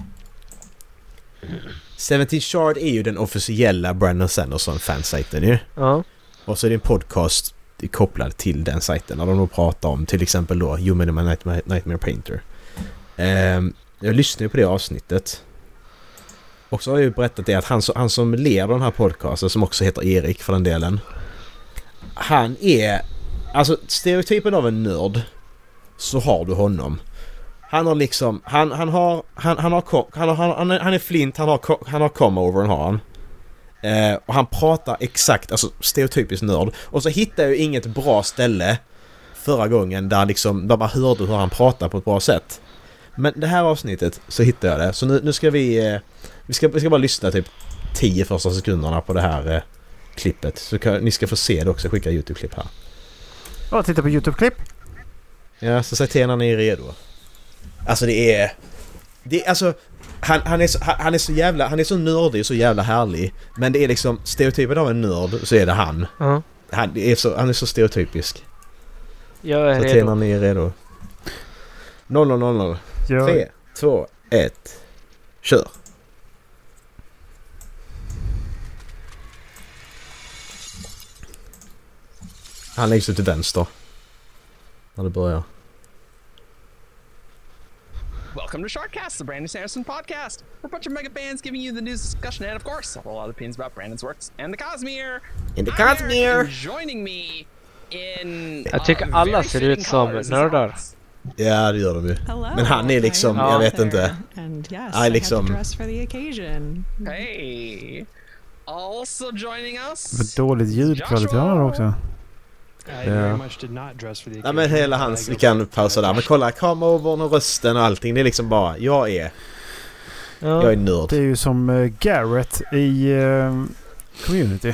seventeenth Shard är ju den officiella Brandon Sanderson fansajten ju. Ja. Och så är det en podcast kopplad till den sajten när de då pratar om till exempel då Human and Nightmare, Nightmare Painter. Um, jag lyssnade ju på det avsnittet. Och så har jag ju berättat det att han, han som leder den här podcasten, som också heter Erik för den delen, han är alltså stereotypen av en nörd, så har du honom. Han har liksom han, han har han, han har han har han, han är flint, han har han har come-overn har han. Eh, och han pratar exakt, alltså stereotypiskt nörd. Och så hittade jag ju inget bra ställe förra gången där liksom där man hörde hur han pratar på ett bra sätt. Men det här avsnittet så hittade jag det. Så nu, nu ska vi eh, vi, ska, vi ska bara lyssna typ tio första sekunderna på det här eh, klippet. Så kan, ni ska få se det också, skicka YouTube-klipp här. Ja, titta på YouTube-klipp. Ja, så säg till när ni är redo. Alltså det är... Det är alltså... Han, han, är så, han är så jävla... Han är så nördig och så jävla härlig. Men det är liksom... Stereotypen av en nörd så är det han. Ja. Han är så, han är så stereotypisk. Jag är Så till redo. när ni är redo. noll noll noll noll. Ja. tre, två, ett. Kör. Han läggs ut till vänster. När det börjar. Welcome to Shardcast, the Brandon Sanderson podcast. We're a bunch of mega fans giving you the news, discussion, and of course, a whole lot of opinions about Brandon's works and the Cosmere. In the I'm Eric, Cosmere. and joining me in Jag tycker uh, alla very ser fitting ut som colors is nördar. Alex. Ja, det gör de ju. Hello, Men han är liksom, I am jag vet there. inte. And yes, I I liksom- had to dress for the occasion. Hey. Also joining us. För dåligt ljudkvalitet har han också. I Ja. very much did not dress for the Ja, men hela occasion, hans, but I vi go kan for it. pausa där. Men kolla, kameran och rösten och allting. Det är liksom bara, jag är, jag är Ja. nörd. Det är ju som eh, Garrett i eh, Community.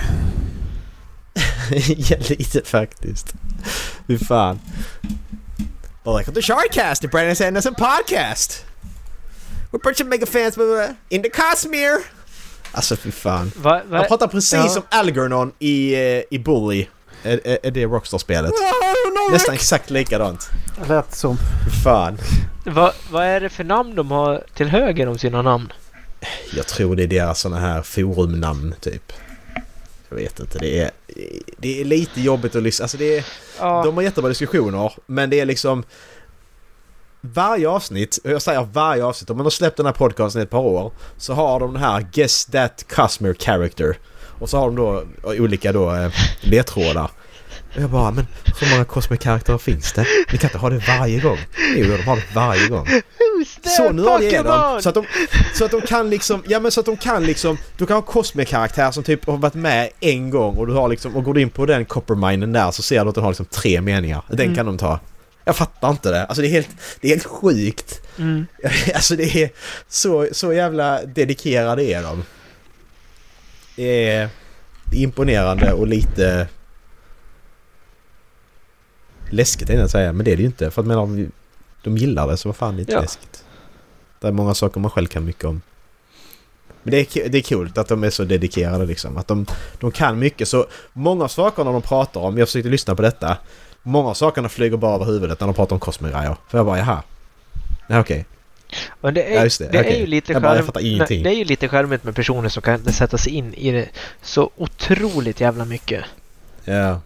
Ja, lite faktiskt. Fy fan. Well, welcome to Shardcast, the Brandon Sanderson podcast. We're a bunch of mega fans in the Cosmere. Alltså fy fan. Va, va? Han pratar precis Ja. som Algernon i, eh, i Bully. Är, är, är det Rockstar-spelet? Nästan exakt likadant. Lät som. Fy fan. Va, vad är det för namn de har till höger om sina namn? Jag tror det är deras såna här forumnamn typ. Jag vet inte, det är, det är lite jobbigt att lyssna. Alltså det är, Ja. de har jättebra diskussioner, men det är liksom varje avsnitt, och jag säger varje avsnitt, om man har släppt den här podcasten i ett par år, så har de den här Guess That Cosmere Character. Och så har de då olika då eh, ledtrådar. Och jag bara, men hur många Cosmere-karaktärer finns det? Ni kan inte ha det varje gång. Jo, de har det varje gång. Så nördiga är de. Så att de, så att de kan liksom, ja men så att de kan liksom, du kan ha Cosmere-karaktär som typ har varit med en gång och du har liksom, och går du in på den Copperminen där så ser du att den har liksom tre meningar. Den Mm. kan de ta. Jag fattar inte det. Alltså det är helt, det är helt sjukt. Mm. Alltså det är så, så jävla dedikerade är de. Det är imponerande och lite läskigt är det att säga, men det är det ju inte. För att menar, de gillar det så vad fan det är inte Ja. läskigt. Det är många saker man själv kan mycket om. Men det är, det är kul att de är så dedikerade liksom. Att de, de kan mycket. Så många av sakerna de pratar om, jag försökte lyssna på detta. Många av sakerna flyger bara över huvudet när de pratar om Cosmere-grejer. För jag bara, jaha. Nej, okej. Men det är, Ja, just det. det Okej. är ju lite Jag bara- jag skärm, fattar ingenting. det är ju lite skärmigt med personer som kan sätta sig in i det så otroligt jävla mycket. Ja.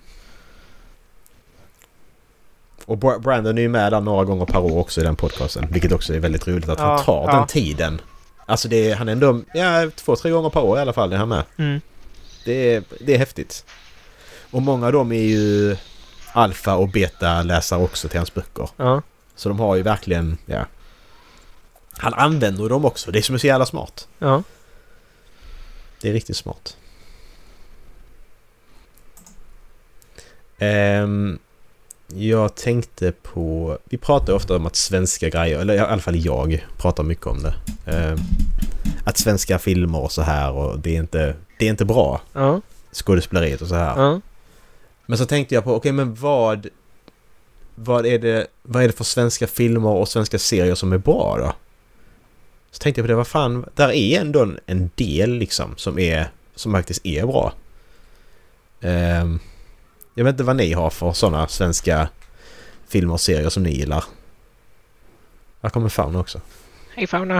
Och Bra- Brandon är ju med där några gånger per år också i den podcasten. Vilket också är väldigt roligt att Ja, han tar ja. den tiden. Alltså det är, han är ändå, ja, två, tre gånger per år i alla fall är han med. Mm. Det är, det är häftigt. Och många av dem är ju alfa och beta läsare också till hans böcker. Ja. Så de har ju verkligen, ja. Han använder dem också. Det är som är så jävla smart. Ja. Det är riktigt smart. Ehm, jag tänkte på... Vi pratar ofta om att svenska grejer, eller i alla fall jag pratar mycket om det. Ehm, att svenska filmer och så här, och det är inte, det är inte bra. Ja. Skådespeleriet och så här. Ja. Men så tänkte jag på, okej, okay, men vad... Vad är, det, vad är det för svenska filmer och svenska serier som är bra då? Så tänkte jag på det, vad fan, där är ändå en, en del liksom som är som faktiskt är bra. Um, jag vet inte vad ni har för sådana svenska filmer och serier som ni gillar. Här kommer Fauna också. Hej Fauna.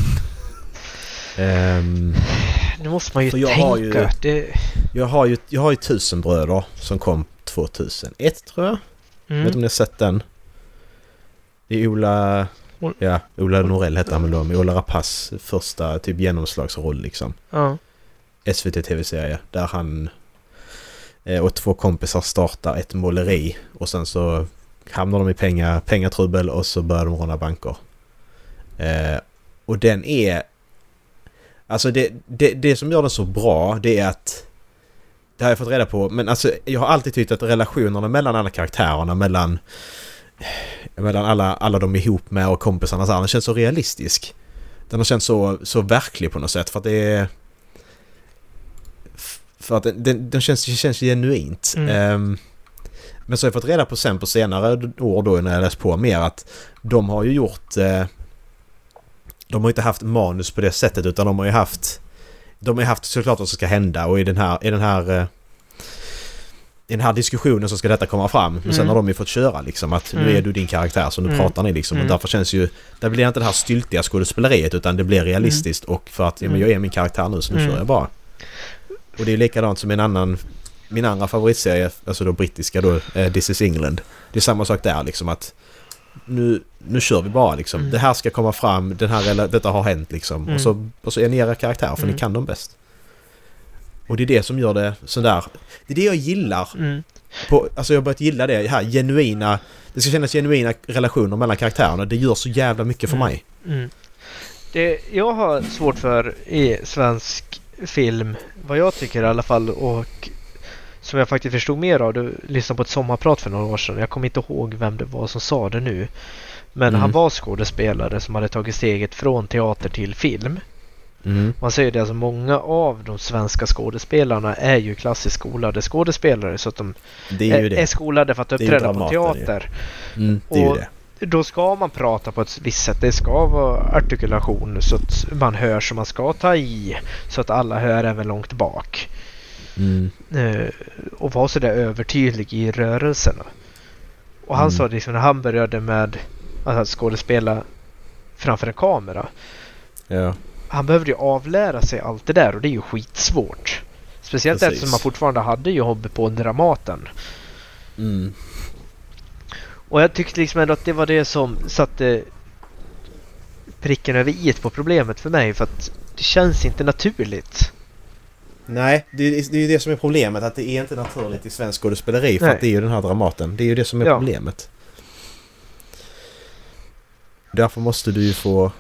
Um, Nu måste man ju För jag tänka. har ju- Det... jag har ju jag har ju Tusenbröder som kom tvåtusenett tror jag. Jag vet inte om Mm. ni har sett den. Det är Ola... Ol- Ja, Ola Norell heter han väl då. Med Ola Rapace första typ genomslagsroll liksom. Ja. S V T-tv-serie. Där han eh, och två kompisar startar ett måleri. Och sen så hamnar de i pengar, pengatrubbel och så börjar de råna banker. Eh, och den är... Alltså det, det, det som gör den så bra, det är att... Det har jag fått reda på. Men alltså, jag har alltid tyckt att relationerna mellan alla karaktärerna, mellan, mellan alla, alla de är ihop med och kompisarna, så här, den känns så realistisk. Den har känts så, så verklig på något sätt. För att det är... För att den, den, den känns, känns genuint. Mm. Um, men så har jag fått reda på sen på senare år då när jag läst på mer att de har ju gjort... Uh, de har inte haft manus på det sättet, utan de har ju haft... De har ju haft såklart vad som ska hända, och i den här i den här uh, i den här diskussionen så ska detta komma fram. Men Mm. sen har de ju fått köra liksom att Mm. nu är du din karaktär, så nu Mm. pratar ni liksom. Mm. Och därför känns ju... Där blir inte det här styltiga skådespeleriet, utan det blir realistiskt. Och för att ja, men jag är min karaktär nu, så nu Mm. kör jag bara. Och det är likadant som en annan... Min andra favoritserie, alltså då brittiska då, eh, This is England. Det är samma sak där liksom att nu, nu kör vi bara liksom. Mm. Det här ska komma fram, den här, eller, detta har hänt liksom. Mm. Och, så, och så är ni era karaktärer, för Mm. ni kan dem bäst. Och det är det som gör det sådär. Det är det jag gillar. Mm. På, alltså jag har börjat gilla det här genuina. Det ska kännas genuina relationer mellan karaktärerna. Det gör så jävla mycket för Mm. mig. Mm. Det jag har svårt för i svensk film, vad jag tycker i alla fall, och som jag faktiskt förstod mer av, du lyssnade på ett sommarprat för några år sedan. Jag kommer inte ihåg vem det var som sa det nu. Men Mm. han var skådespelare som hade tagit steget från teater till film. Mm. Man säger det, alltså många av de svenska skådespelarna är ju klassiskt skolade skådespelare, så att de Det är ju är, är det. skolade för att Det är ju uppträda på Dramaten, teater. Mm, det är ju Och det. då ska man prata på ett visst sätt. Det ska vara artikulation så att man hör, så man ska ta i så att alla hör även långt bak. Mm. Eh, och vara så där övertydlig i rörelserna. Och han Mm. sa liksom när han började med att skådespela framför en kamera. Ja. Han behövde ju avlära sig allt det där, och det är ju skitsvårt. Speciellt Precis. eftersom man fortfarande hade ju hobby på Dramaten. Mm. Och jag tyckte liksom ändå att det var det som satte pricken över i på problemet för mig, för att det känns inte naturligt. Nej, det är, det är ju det som är problemet. Att det är inte naturligt i svensk skådespeleri. För Nej. att det är ju den här Dramaten. Det är ju det som är Ja. problemet. Därför måste du ju få...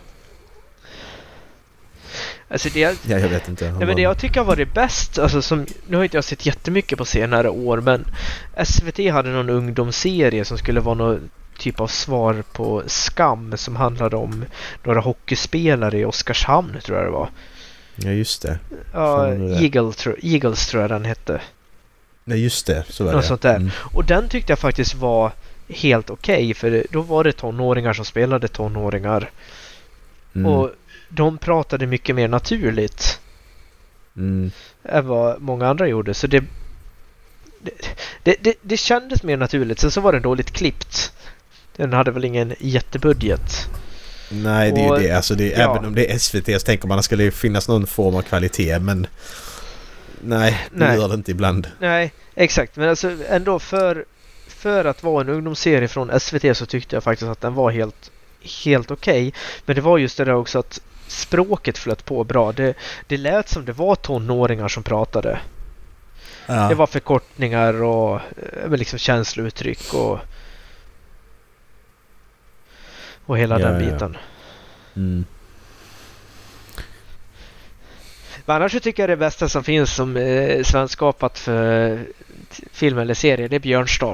Alltså det, Ja, jag vet inte. nej, men det jag tycker har varit bäst, alltså som, nu har inte jag sett jättemycket på senare år, men S V T hade någon ungdomsserie som skulle vara någon typ av svar på Skam, som handlade om några hockeyspelare i Oskarshamn, tror jag det var. Ja, just det. Ja, Fan, det är det. Eagle, tro, Eagles tror jag den hette. Nej, just det. Så var Något det. sånt där. Mm. Och den tyckte jag faktiskt var helt okej, för då var det tonåringar som spelade tonåringar. Mm. Och de pratade mycket mer naturligt Mm. än vad många andra gjorde. Så det, det, det, det, det kändes mer naturligt. Sen så var den dåligt klippt. Den hade väl ingen jättebudget. Nej, det är Och, ju det. Alltså det är, ja. även om det är S V T så tänker man att det skulle finnas någon form av kvalitet, men nej, det Nej. gör det inte ibland. Nej, exakt. Men alltså ändå för, för att vara en ungdomsserie från S V T så tyckte jag faktiskt att den var helt, helt okej. Okay. Men det var just det där också att språket flöt på bra. Det, det lät som det var tonåringar som pratade. Ja. Det var förkortningar och eh, liksom känslouttryck och och hela Ja, den ja. biten. Mm. Men annars så tycker jag det bästa som finns som eh, svenskapat för t- film eller serie, det är Björnstad.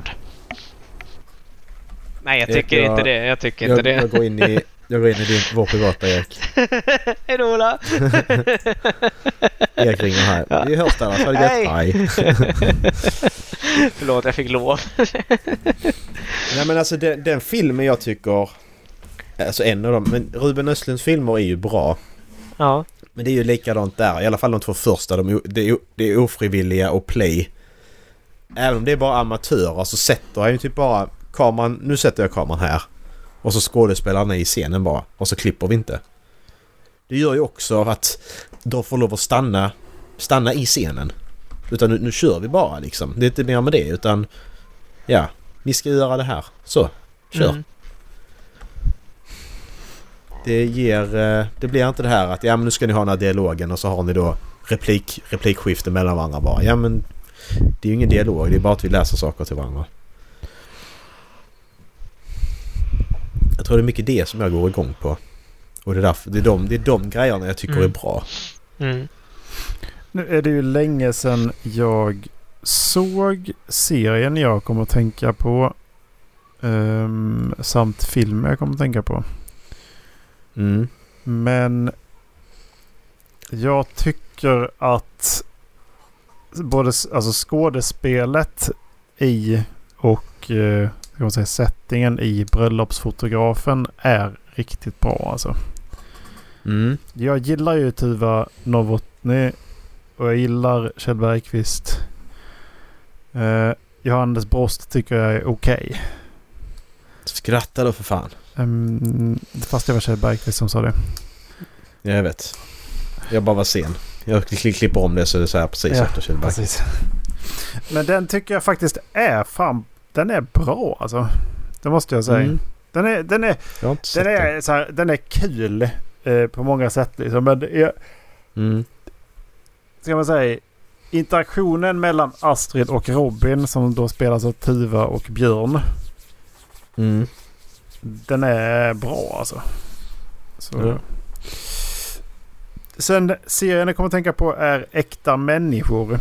Nej, jag tycker Jag- inte det. Jag tycker Jag, inte det. jag går in i jag går in i din, vår privata Erik. Hej då, Ola! Erik ringer här. Ja. Vi hörs där. Ha det gött. Hej. Hej. Förlåt, jag fick lov. Nej, men alltså den, den filmen jag tycker, alltså en av dem, men Ruben Östlunds filmer är ju bra. Ja. Men det är ju likadant där. I alla fall de två första. De, det, är, det är ofrivilliga och play. Även om det är bara amatörer så sätter jag ju typ bara kameran. Nu sätter jag kameran här. Och så skådespelarna i scenen bara. Och så klipper vi inte. Det gör ju också att de får lov att stanna, stanna i scenen. Utan nu, nu kör vi bara liksom. Det är inte mer med det utan ja, vi ska göra det här. Så, kör. Mm. Det ger, det blir inte det här att ja men nu ska ni ha den här dialogen och så har ni då replik, replikskifte mellan varandra bara. Ja men det är ju ingen dialog, det är bara att vi läser saker till varandra. Jag tror det är mycket det som jag går igång på. Och det är, därför, det är, de, det är de grejerna jag tycker Mm. är bra. Mm. Nu är det ju länge sedan jag såg serien jag kommer att tänka på. Um, samt filmen jag kommer att tänka på. Mm. Men jag tycker att både alltså skådespelet i och eh, ska man säga, settingen i Bröllopsfotografen är riktigt bra alltså. Mm. Jag gillar ju Tuva Novotny och jag gillar Kjell Bergqvist. Eh, Johannes Brost tycker jag är okej. Okay. Skratta då för fan. Um, fast det var Kjell Bergqvist som sa det. Jag vet. Jag bara var sen. Jag kli- klipper om det så det så här precis Ja, efter Kjell Bergqvist. precis. Men den tycker jag faktiskt är fan, den är bra alltså. Det måste jag säga. Mm. Den är den är Jag har inte sett den är så här, den är kul eh, på många sätt liksom, men jag, Mm. ska man säga interaktionen mellan Astrid och Robin som då spelas av Tuva och Björn. Mm. Den är bra alltså. Så. Ja. Sen serien jag kommer att tänka på är Äkta människor.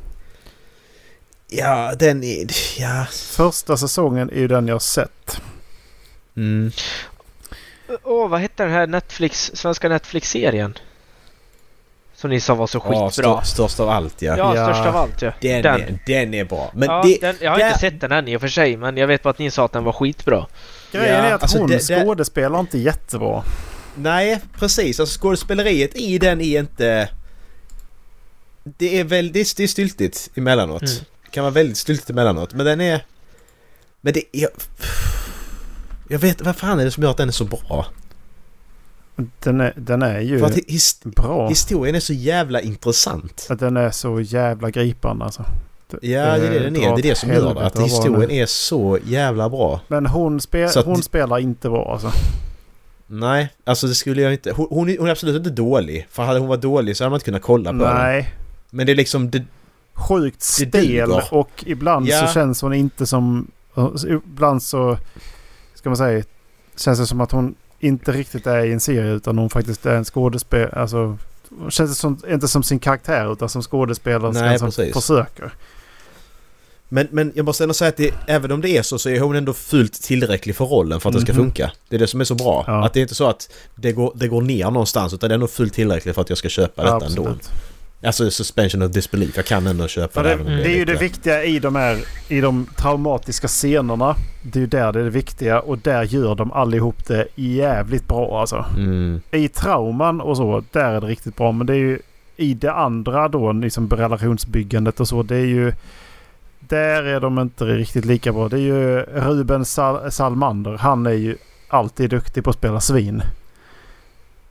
Ja, den är... Ja. Första säsongen är ju den jag har sett. Mm. Åh, oh, vad heter den här Netflix, svenska Netflix-serien? Som ni sa var så Ja, skitbra. stör, störst av allt, ja. Ja, Ja. störst av allt, ja. Den, Den. Är, den är bra. Men ja, det, den, jag har där- inte sett den än i och för sig, men jag vet bara att ni sa att den var skitbra. Grejen Ja, är att alltså hon det- det- skådespelar inte jättebra. Nej, precis. Alltså skådespeleriet i den är inte... Det är väldigt det är styltigt emellanåt. Mm. Det kan vara väldigt styltigt emellanåt. Men den är... Men det är... Jag vet, vad fan är det som gör att den är så bra? Den är, den är ju För att his, bra. historien är så jävla intressant. Att den är så jävla gripande alltså. Ja, det är det den är. Det är det som gör det. Att historien är så jävla bra. Men hon, spe, Så att- hon spelar inte bra alltså. Nej, alltså det skulle jag inte... Hon, hon, är, hon är absolut inte dålig. För hade hon varit dålig så hade man inte kunnat kolla på den. Nej. Men det är liksom... Det, Sjukt Det stel duger. och ibland Ja. så känns hon inte som... Ibland så ska man säga känns det som att hon inte riktigt är i en serie utan hon faktiskt är en skådespelare. Alltså känns det som, inte som sin karaktär utan som skådespelare Nej, som precis. försöker. men, men jag måste ändå säga att det, även om det är så så är hon ändå fullt tillräcklig för rollen för att det ska Mhm. funka. Det är det som är så bra. Ja. Att det är inte så att det går, det går ner någonstans utan det är ändå fullt tillräckligt för att jag ska köpa detta ändå. Absolut. Alltså suspension of disbelief. Jag kan ändå köpa För det, det, även om det är ju lite- det viktiga i de här i de traumatiska scenerna. Det är ju där det är det viktiga och där gör de allihop det jävligt bra alltså. Mm. I trauman och så, där är det riktigt bra. Men det är ju i det andra då, liksom relationsbyggandet och så, det är ju där är de inte riktigt lika bra. Det är ju Ruben Sal- Salmander. Han är ju alltid duktig på att spela svin.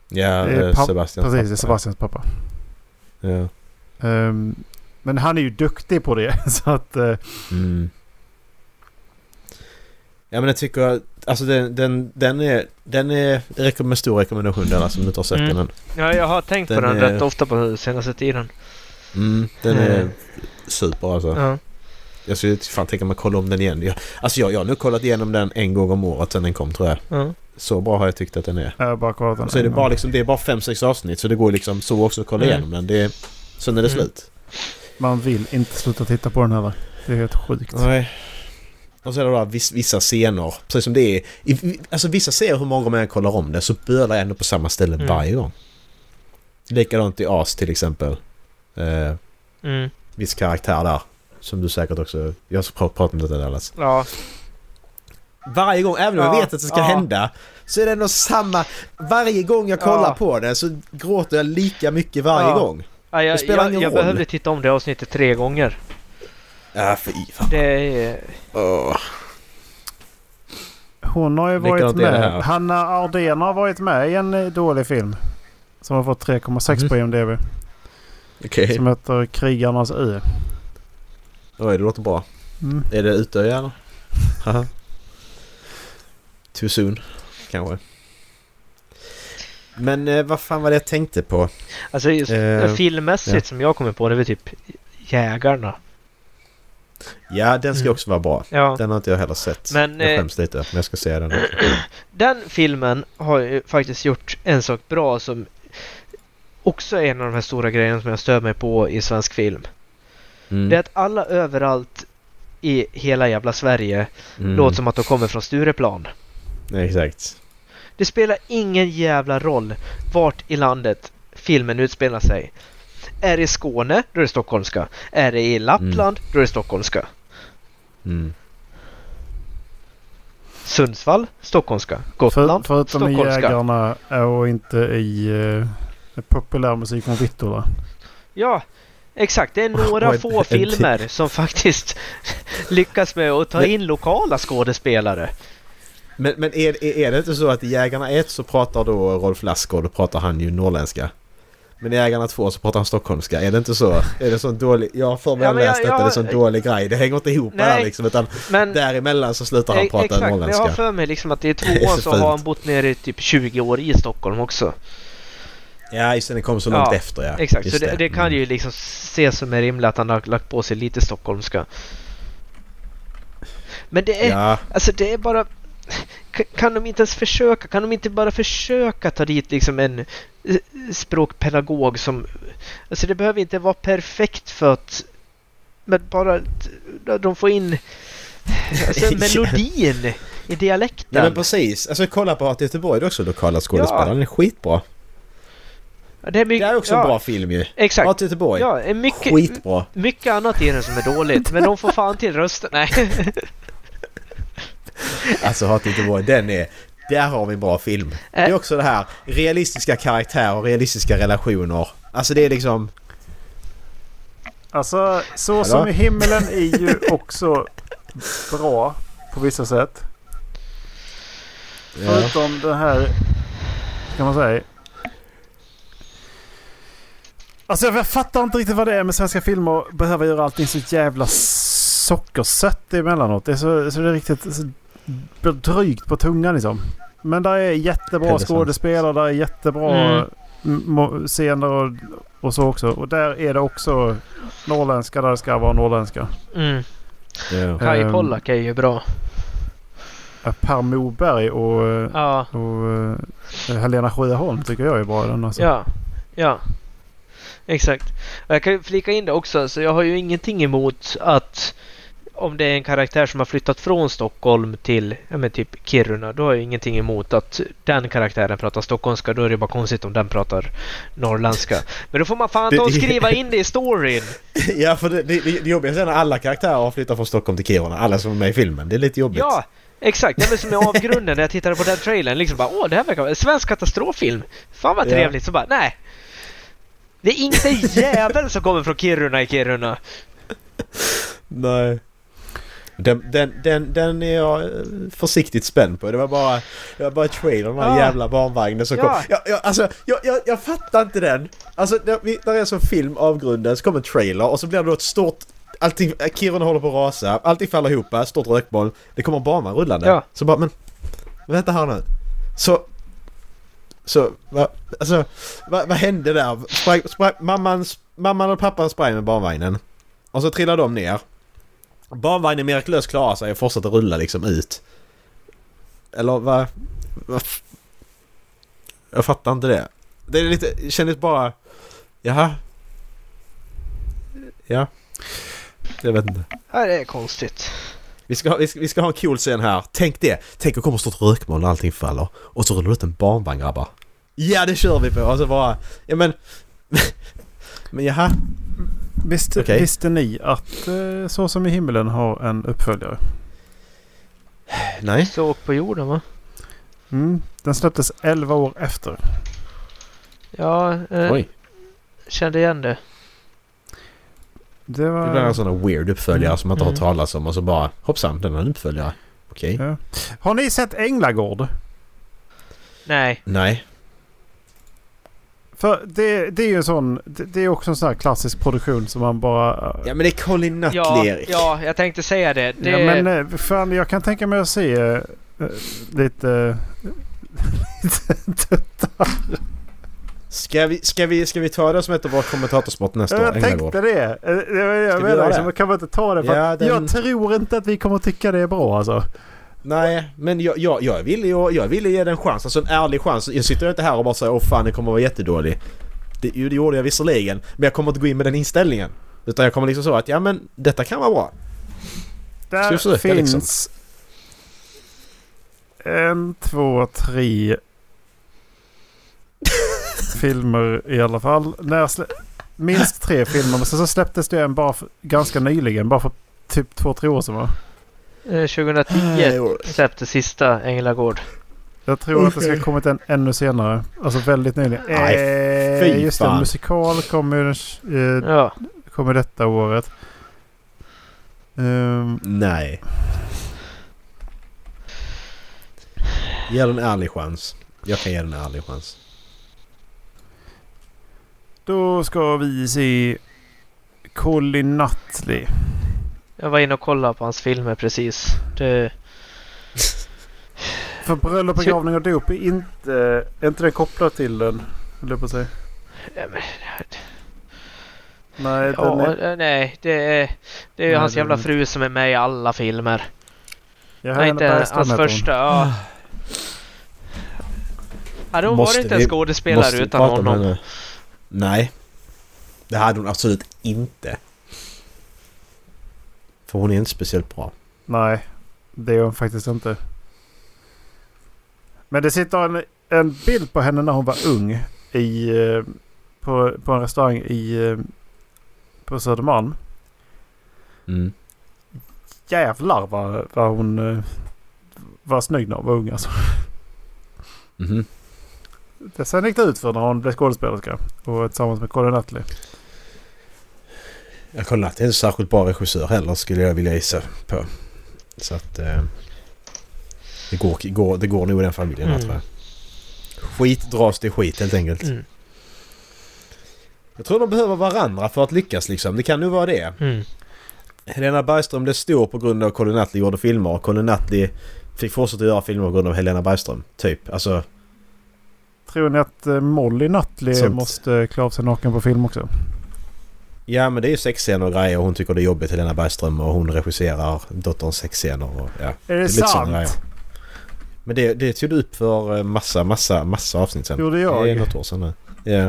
Ja, Det är eh, papp- Sebastians Precis, det är pappa. Sebastians pappa. Ja. Um, men han är ju duktig på det. Så att... Uh, Mm. Ja, men jag tycker alltså den, den, den är den är det räcker med stor rekommendation där som du inte har sett Mm. den än. Ja, jag har tänkt Den på den är- rätt ofta på senaste tiden. Mm, den är Mm. super alltså. Ja. Jag skulle fan tänka mig att kolla om den igen. Jag, alltså jag, jag har nu kollat igenom den en gång om året sedan den kom, tror jag. Ja. Så bra har jag tyckt att den är. jag har bara kollat den Och så är det en bara gång. liksom, det är bara fem sex avsnitt, så det går liksom så också att kolla Mm. igenom den. Det är, sen är det Mm. slut. Man vill inte sluta titta på den heller. Det är helt sjukt. Nej. Och så är det då viss, vissa scener, precis som det är. I, alltså vissa ser hur många gånger jag kollar om det, så börjar jag ändå på samma ställe Mm. varje gång. Likadant i As till exempel. Eh, Mm. viss karaktär där. Som du säkert också... Jag har prat- pratat om detta där, alltså. Ja. Varje gång, även om jag Ja, vet att det ska ja. hända, så är det ändå samma... Varje gång jag kollar Ja. på det så gråter jag lika mycket varje Ja. gång. Ja, jag, Det spelar jag, ingen jag roll. behövde titta om det avsnittet tre gånger. Ja, för i fan. Det är... Åh. Hon har ju varit Likadant är det med. här. Hanna Ardén har varit med i en eh, dålig film. Som har fått tre komma sex Mhm. på I M D B. Okej. Som heter Krigarnas ö. Oj, det låter bra. Mm. Är det Utöja eller? Haha. Too soon, kanske. Men eh, vad fan var det jag tänkte på? Alltså just Eh, filmmässigt ja. som jag kommer på, det är väl typ Jägarna. Ja, den ska Mm. också vara bra. Ja. Den har inte jag heller sett. Men, jag eh, skäms lite, men jag ska se den. Den filmen har ju faktiskt gjort en sak bra som också är en av de här stora grejerna som jag stör mig på i svensk film. Mm. Det är att alla överallt i hela jävla Sverige Mm. låter som att de kommer från Stureplan. Nej, exakt. Det spelar ingen jävla roll vart i landet filmen utspelar sig. Är det i Skåne, då är det stockholmska. Är det i Lappland, då är det stockholmska. Mm. Sundsvall, stockholmska. För, Gotland, förutom i stockholmska. Jägarna och inte i uh, populärmusik från Vittola. Ja, exakt. Det är några Och en- få en filmer som faktiskt lyckas med att ta Men- in lokala skådespelare. Men, men är, är, är det inte så att i Jägarna ett så pratar då Rolf Lassgård, och pratar han ju norrländska? Men i Jägarna två så pratar han stockholmska. Är det inte så? Är det sån dålig... Jag har för mig Ja, att men jag läst jag- detta. Det är jag- sån dålig grej. Det hänger inte ihop med Nej. det liksom. Utan Men däremellan så slutar han e- prata exakt, men jag norrländska. har för mig liksom att det är Det är tvåan så så har fult. han bott nere i typ tjugo år i Stockholm också. Ja, just det. Den kom så långt Ja, efter, ja. Exakt, Just så det, det kan Mm. ju liksom ses som är rimligt att han har lagt på sig lite stockholmska. Men det är, Ja, alltså det är bara... K- Kan de inte ens försöka? Kan de inte bara försöka ta dit liksom en eh, språkpedagog som... Alltså det behöver inte vara perfekt för att... Men bara att de får in alltså, melodin i dialekten. ja men precis. Alltså kolla på att Göteborg, det är också lokala skådespelare. Ja. Den är skitbra. Ja, det är, mycket, Det är också ja, en bra film ju. Exakt. Att Göteborg. Ja, är mycket, Skitbra. mycket annat i den som är dåligt. Men de får fan till rösten. Nej. Alltså Hat Göteborg, den är... Där har vi en bra film. Det är också det här realistiska karaktärer och realistiska relationer. Alltså det är liksom... Alltså, Så Hallå? som i himmelen är ju också bra på vissa sätt. Ja. Förutom den här, kan man säga. Alltså jag fattar inte riktigt vad det är med svenska filmer. Behöver göra allting så jävla sockersött emellanåt. Det är så, så det är riktigt så drygt på tungan liksom. Men där är jättebra Pelle skådespelare. Där är jättebra Mm. m- scener och, och så också. Och där är det också norrländska där det ska vara norrländska. Mm. Ja. Kai Ehm. Pollak är ju bra. Per Moberg och, Ja, och uh, Helena Sjöholm tycker jag är bra i den. Alltså. ja, ja. Exakt. Och jag kan ju flika in det också, så jag har ju ingenting emot att om det är en karaktär som har flyttat från Stockholm till ja, men typ Kiruna, då har jag ingenting emot att den karaktären pratar stockholmska. Då är det bara konstigt om den pratar norrländska. Men då får man fan ta och skriva in det i storyn. Ja, för det, det, det jobbiga är när alla karaktärer har flyttat från Stockholm till Kiruna. Alla som är med i filmen. Det är lite jobbigt. Ja, exakt. Det är som i avgrunden när jag tittade på den trailern. Liksom bara, åh, det här verkar vara en svensk katastroffilm. Fan vad Ja. trevligt. Så bara, nej. Det är inte en jävel som kommer från Kiruna i Kiruna. Nej. Den, den, den, den är jag eh, försiktigt spänd på. Det var bara, det var bara trailer, den här Ja. jävla barnvagnen som Ja. kom. Jag, jag, alltså, jag, jag, jag fattar inte den. Alltså, där, vi, där är en sån film, Avgrunden, så kommer en trailer och så blir det då ett stort... Allting, Kiruna håller på att rasa, allting faller ihop, stort rökboll. Det kommer en barnvagn rullande. Ja. Så bara, men... Vänta här nu. Så... Så, va, alltså, vad va hände där? Sprang, sprang, mamman, mamman och pappan sprang med barnvagnen. Och så trillade de ner. Barnvagnen mirakulöst klarar sig och fortsätter rulla liksom ut. Eller vad... Va, jag fattar inte det. Det är lite... Det kändes bara... Jaha. Ja. Jag vet inte. Ja, det är konstigt. Vi ska, ha, vi, ska, vi ska ha en cool scen här. Tänk det. Tänk att komma stort rökmål när allting faller. Och så rullar ut en barnvagn, grabbar. Ja, det kör vi på. Och så bara... Ja, men... men jaha. Visste, Okej. visste ni att eh, Så som i himmelen har en uppföljare? Nej. Så på jorden, va? Mm, den släpptes elva år efter. Ja, eh, Oj. kände igen det. Det var... Det blir en sån där weird uppföljare som man inte har Mm. talat om. Och så bara... Hoppsan, den är en uppföljare. Okej. Ja. Har ni sett Änglagård? Nej. Nej. För det, det är ju en sån... Det, det är också en sån här klassisk produktion som man bara... Ja, men det är Colin Nutley, Ja, Erik. ja, jag tänkte säga det. det... Ja, men eh, fan, jag kan tänka mig att se eh, lite... lite tuttar. Ska vi, ska, vi, ska vi ta det som ett av våra kommentatorsport nästa år? Jag Änglagård? tänkte det. Eh, Jag, jag Ska vi menar göra liksom, det? man kan väl inte ta det. För Ja, att den- Jag tror inte att vi kommer tycka det är bra alltså. Nej, men jag, jag, jag, ville, jag, jag ville ge den en chans. Alltså en ärlig chans. Jag sitter inte här och bara säger åh fan, det kommer vara jättedålig. Det, det gjorde jag visserligen. Men jag kommer inte gå in med den inställningen. Utan jag kommer liksom så att ja, men detta kan vara bra. Ska vi Där försöka, finns liksom? en, två, tre filmer i alla fall. När slä... Minst tre filmer. Men så, så släpptes det en bara för, ganska nyligen. Bara för typ två, tre år sedan, va? Eh, tjugohundratio släppte sista Änglagård. Jag tror att det ska Okej. kommit en ännu senare. Alltså väldigt nyligen. Nej, eh, fy just det, fan. musikal kommer eh, Ja. kommer detta året. Um, Nej. Ge den en ärlig chans. Jag kan ge den en ärlig chans. då ska vi se Colin Nutley. Jag var inne och kollade på hans filmer precis. Det... För bröllop, begravning och dop är inte, är inte det kopplat till den? Höll jag på att säga. Ja, men... Nej, den Ja, är... eh, nej, det är, det är ju Nej, hans det är jävla inte. fru som är med i alla filmer. Jag Nej, inte Bergström hans heter hon. första. Ja. Hade hon Måste varit en vi- skådespelare Måste vi utan prata med honom? henne? Nej. Det hade hon absolut inte. För hon är inte speciellt bra. Nej, det är hon faktiskt inte. Men det sitter en, en bild på henne när hon var ung i, eh, på, på en restaurang i, eh, på Södermalm. Mm. Jävlar vad, vad hon eh, var snygg när hon var ung alltså. Mhm. Det sen gick det ut för när hon blev skådespelerska och tillsammans med Colin Nutley. Jag kollar att det är inte särskilt bra regissör heller skulle jag vilja gissa på. Så att eh, det, går, går, det går nog i den familjen här, Mm. tror jag. Skit dras till skit helt enkelt. Mm. Jag tror de behöver varandra för att lyckas liksom. Det kan nog vara det. Mm. Helena Bergström blev stor på grund av Colin Nutley gjorde filmer. Och Colin Nutley fick fortsätta göra filmer på grund av Helena Bergström. Typ. Alltså, Tror ni att eh, Molly Nutley Sånt. måste klä av sig naken på film också? ja men det är ju sexscener och grejer. Och hon tycker det är jobbigt, Helena Bergström. Och hon regisserar dotterns sexscener. Och, ja. Är det, är lite sådana sant? grejer. Men det, det tog du upp för massa, massa, massa avsnitt sen. Gjorde jag? Det är något år sedan nu. Ja.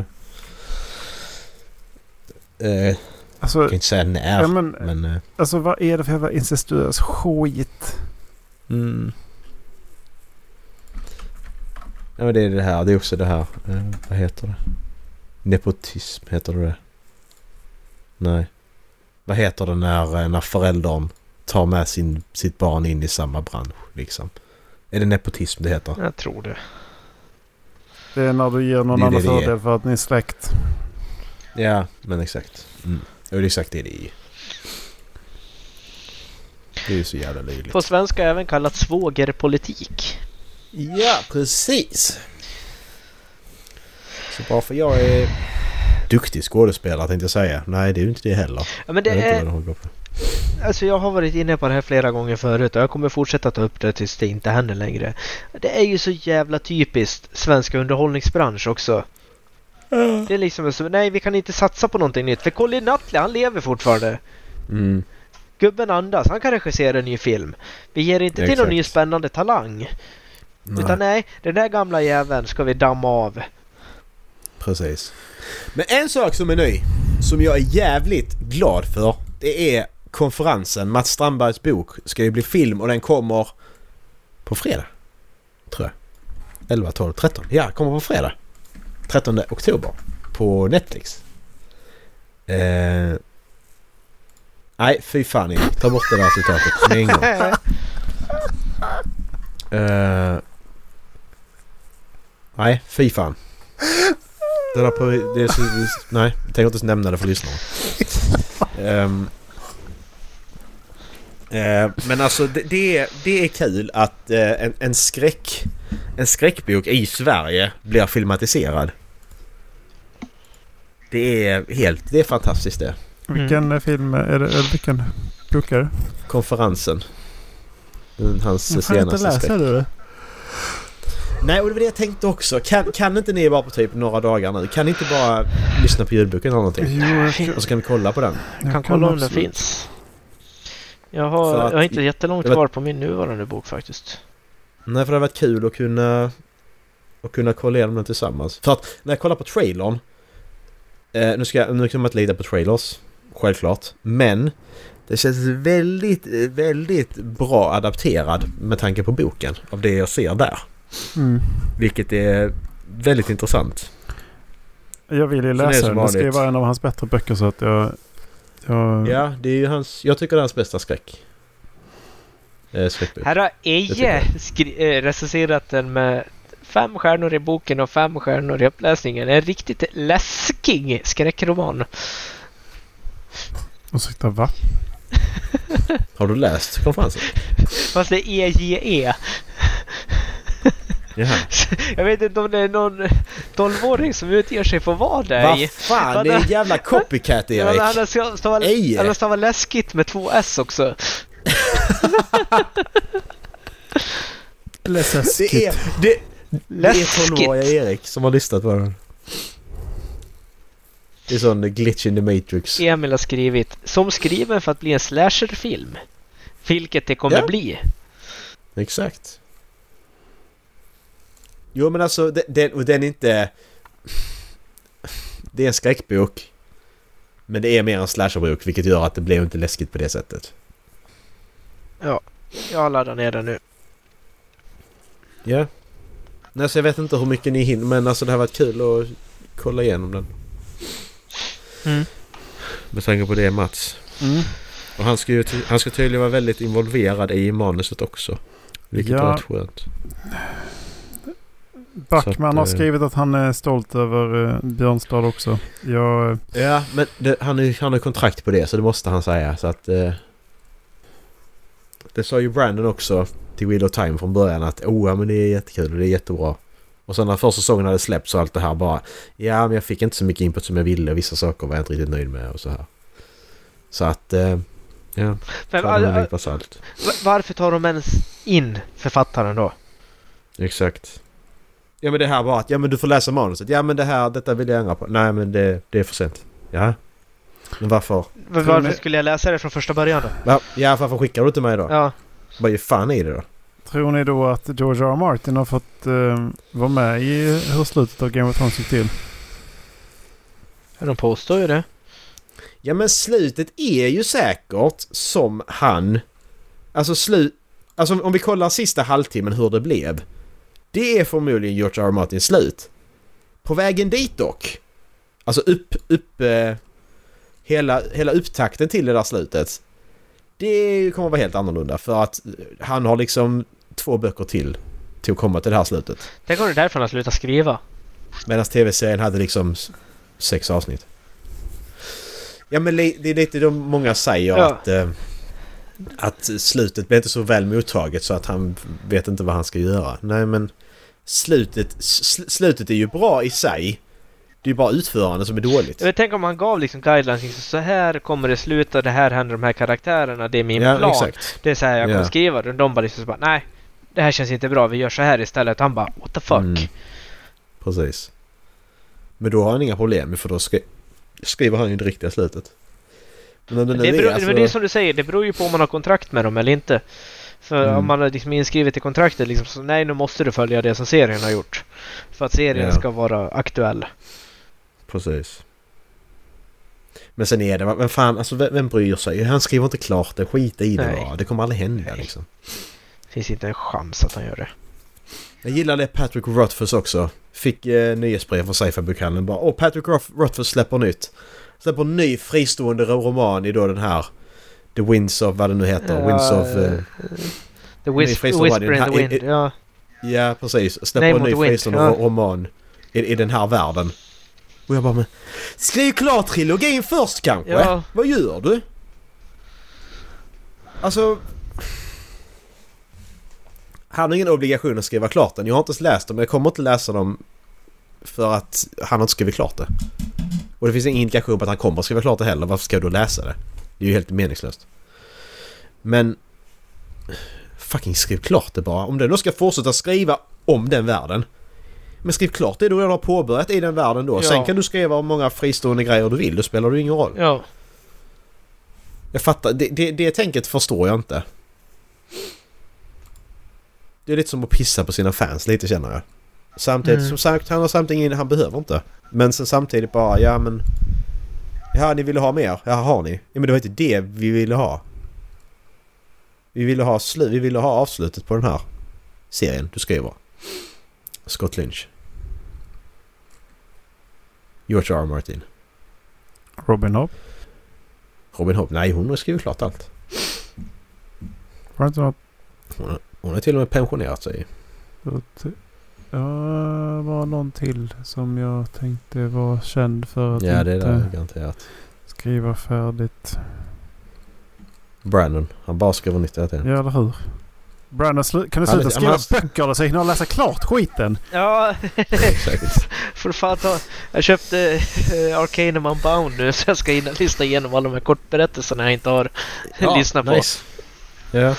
Eh, jag Alltså, kan inte säga när. ja, men, men eh, alltså vad är det för jävla incestuös skit? mm. Ja men det är det här. Det är också det här. Eh, vad heter det? Nepotism heter det. Nej. Vad heter det när, eh, när föräldern tar med sin, sitt barn in i samma bransch liksom? Är det nepotism det heter? Jag tror det. Det är när du ger någon Det är annan det det är. fördel för att ni är släkt. Ja, men exakt. Mm. Det är exakt det det är. Det är ju så jävla löjligt. På svenska även kallat svågerpolitik. Ja, precis. Så bara för jag är duktig skådespelare tänkte jag säga. Nej, det är ju inte det heller. Ja, men det jag är... Alltså jag har varit inne på det här flera gånger förut och jag kommer fortsätta ta upp det tills det inte händer längre. Det är ju så jävla typiskt svenska underhållningsbransch också. Mm. Det är liksom så, nej vi kan inte satsa på någonting nytt. För Colin Nutley, han lever fortfarande. Mm. Gubben andas, han kan regissera en ny film. Vi ger inte till någon ny spännande talang. Nej. Utan nej, den där gamla jäveln ska vi damma av. Precis. Men en sak som är ny, som jag är jävligt glad för, det är konferensen. Mats Strandbergs bok ska ju bli film och den kommer på fredag. Tror jag. elva, tolv, tretton. Ja, kommer på fredag. trettonde oktober. På Netflix. Eh... Nej, fy fan Erik. Ta bort det där citatet med en gång. Eh... Nej, fy fan. Den har på... Det är så... Nej, jag tänker inte nämna det för lyssnarna. Um, uh, men alltså det, det, är, det är kul att uh, en, en skräck en skräckbok i Sverige blir filmatiserad. Det är helt det är fantastiskt det. Vilken mm. film är det, eller vilken bok är det? Konferensen. Hans jag senaste inte läsa skräck. det. Nej, och det var det jag tänkte också. Kan, kan inte ni vara på typ några dagar nu? Kan ni inte bara lyssna på ljudboken eller någonting? Jo, och så kan vi kolla på den. Jag kan, kan kolla om den finns. Jag har, att, jag har inte jättelångt var, kvar på min nuvarande bok faktiskt. Nej, för det har varit kul att kunna att kunna kolla igenom den tillsammans. För att när jag kollar på trailern eh, nu ska jag, nu kan man inte lita på trailers, självklart. Men det känns väldigt, väldigt bra adapterad med tanke på boken av det jag ser där. Mm. Vilket är väldigt intressant. Jag vill ju läsa den. Det ska ju vara en av hans bättre böcker så att jag... jag... Ja, det är ju hans... Jag tycker det är hans bästa skräck. Eh, skräckbok. Här har Eje skri- äh, recenserat den med fem stjärnor i boken och fem stjärnor i uppläsningen. En riktigt läskig skräckroman. Och så va? Har du läst konferensen? Fast det är E J E. Jaha. Jag vet inte om det är någon tolvåring som utger sig för vad det är. Vad fan, det är en jävla copycat, Erik. Ja, han har stavat, stavat läskigt med två S också. Läskigt. Det är, det, det är tolvåriga Erik som har lyssnat på den. Det är sån glitch in the Matrix. Emil har skrivit som skriven för att bli en slasherfilm. Vilket det kommer ja. bli. Exakt. Jo, men alltså den, och den är inte... Det är en skräckbok. Men det är mer en slasherbok, vilket gör att det blir inte läskigt på det sättet. Ja, jag laddar ner den nu. Ja. Nej, så jag vet inte hur mycket ni hinner, men alltså det har varit kul att kolla igenom den. Mm. Med tanke på det, Mats. Mm. Och han ska ju ty- han ska tydligen vara väldigt involverad i manuset också. Vilket ja. är skönt. Backman att, har skrivit att han är stolt över uh, Björnstad också. Jag... Ja, men det, han har han har kontrakt på det, så det måste han säga. Så att uh, det sa ju Brandon också till Wheel of Time från början att oh, ja, men det är jättekul och det är jättebra. Och sen när första säsongen hade släppts så allt det här bara ja, men jag fick inte så mycket input som jag ville. Vissa saker var jag inte riktigt nöjd med och så här. Så att uh, ja, men, all, all, varför tar de ens in författaren då? Exakt. Ja, men det här var att ja, men du får läsa manuset. Ja, men det här, detta vill jag ändra på. Nej, men det, det är för sent. Ja. Men varför? Men varför skulle jag läsa det från första början då? Ja, varför skickar du till mig då? Ja. Vad är fan i det då? Tror ni då att George R. R. Martin har fått uh, vara med i hur slutet av Game of Thrones gick till? Ja, de påstår ju det. Ja, men slutet är ju säkert som han... Alltså slut... Alltså om vi kollar sista halvtimmen hur det blev. Det är förmodligen George R. R. Martins slut. På vägen dit dock. Alltså upp... upp eh, hela, hela upptakten till det där slutet. Det kommer vara helt annorlunda. För att han har liksom två böcker till till att komma till det här slutet. Tänk om det därför han slutar skriva. Medan tv-serien hade liksom sex avsnitt. Ja, men det är lite de många säger ja. att... Eh, att slutet blir inte så väl mottaget så att han vet inte vad han ska göra. Nej, men slutet, sl- slutet är ju bra i sig. Det är ju bara utförande som är dåligt. Jag tänker om han gav liksom guidelines, liksom, så här kommer det sluta, det här händer de här karaktärerna, det är min Ja, plan. exakt. Det är så här jag kommer Ja. skriva det. Och de bara liksom så bara, nej, det här känns inte bra, vi gör så här istället. Han bara, what the fuck? Mm. Precis. Men då har han inga problem, för då skri- skriver han ju det riktiga slutet. Men om det, Det, nu beror, är, alltså... men det är som du säger, det beror ju på om man har kontrakt med dem eller inte. För Mm. om man har liksom inskrivet i kontraktet liksom, så nej, nu måste du följa det som serien har gjort. För att serien Ja. ska vara aktuell. Precis. Men sen är det, vem fan, alltså vem, vem bryr sig? Han skriver inte klart det, skita i det Nej. bara. Det kommer aldrig hända Nej. liksom. Finns inte en chans att han gör det. Jag gillar det Patrick Rothfuss också. Fick eh, nyhetsbrev från sci-fi-bokhandeln bara, åh, Patrick Roth- Rothfuss släpper nytt. Släpper en ny fristående roman i då den här The Winds of, vad det nu heter, Ja, Winds of... Eh, The ny Whis- fristående Whisper in roman. the I- Wind, i- ja. ja, precis. Släpper Name en of ny the Wind, fristående ja. ro- roman i, i den här världen. Och jag bara, men skriv klart trilogin först kanske? Ja. Vad gör du? Alltså... Han har ingen obligation att skriva klart den. Jag har inte ens läst dem, men jag kommer inte läsa dem för att han har inte skrivit klart det. Och det finns ingen indikation på att han kommer att skriva klart det heller. Varför ska du då läsa det? Det är ju helt meningslöst. Men fucking skriv klart det bara. Om du då ska fortsätta skriva om den världen, men skriv klart det du redan har påbörjat i den världen då. Ja. Sen kan du skriva om många fristående grejer du vill. Då spelar det ingen roll. Ja. Jag fattar. Det, det, det tänket förstår jag inte. Det är lite som att pissa på sina fans, lite känner jag. Samtidigt, Mm. som sagt, han har samtidigt han behöver inte. Men sen samtidigt bara, ja men... Ja, ni ville ha mer. Ja, har ni? Ja, men det var inte det vi ville ha. Vi ville ha slut. Vi ville ha avslutet på den här serien du skriver. Scott Lynch. George R. R. Martin. Robin Hobb. Robin Hobb. Nej, hon har skrivit klart allt. Var det inte något? Hon har, hon har till och med pensionerat sig. Ja, var någon till som jag tänkte var känd för att Ja, det är inte det garanterat. skriva färdigt. Brandon. Han bara skriver nytt hela tiden. Ja, eller hur? Brandon, slu- kan du Han- sluta skriva han- böcker eller så hinner jag läsa klart skiten? Ja, Exakt. för fan ta. Jag köpte uh, Arcanum Unbound nu, så jag ska in och lista igenom alla de här kortberättelserna jag inte har lyssnat på. Nice. Ja.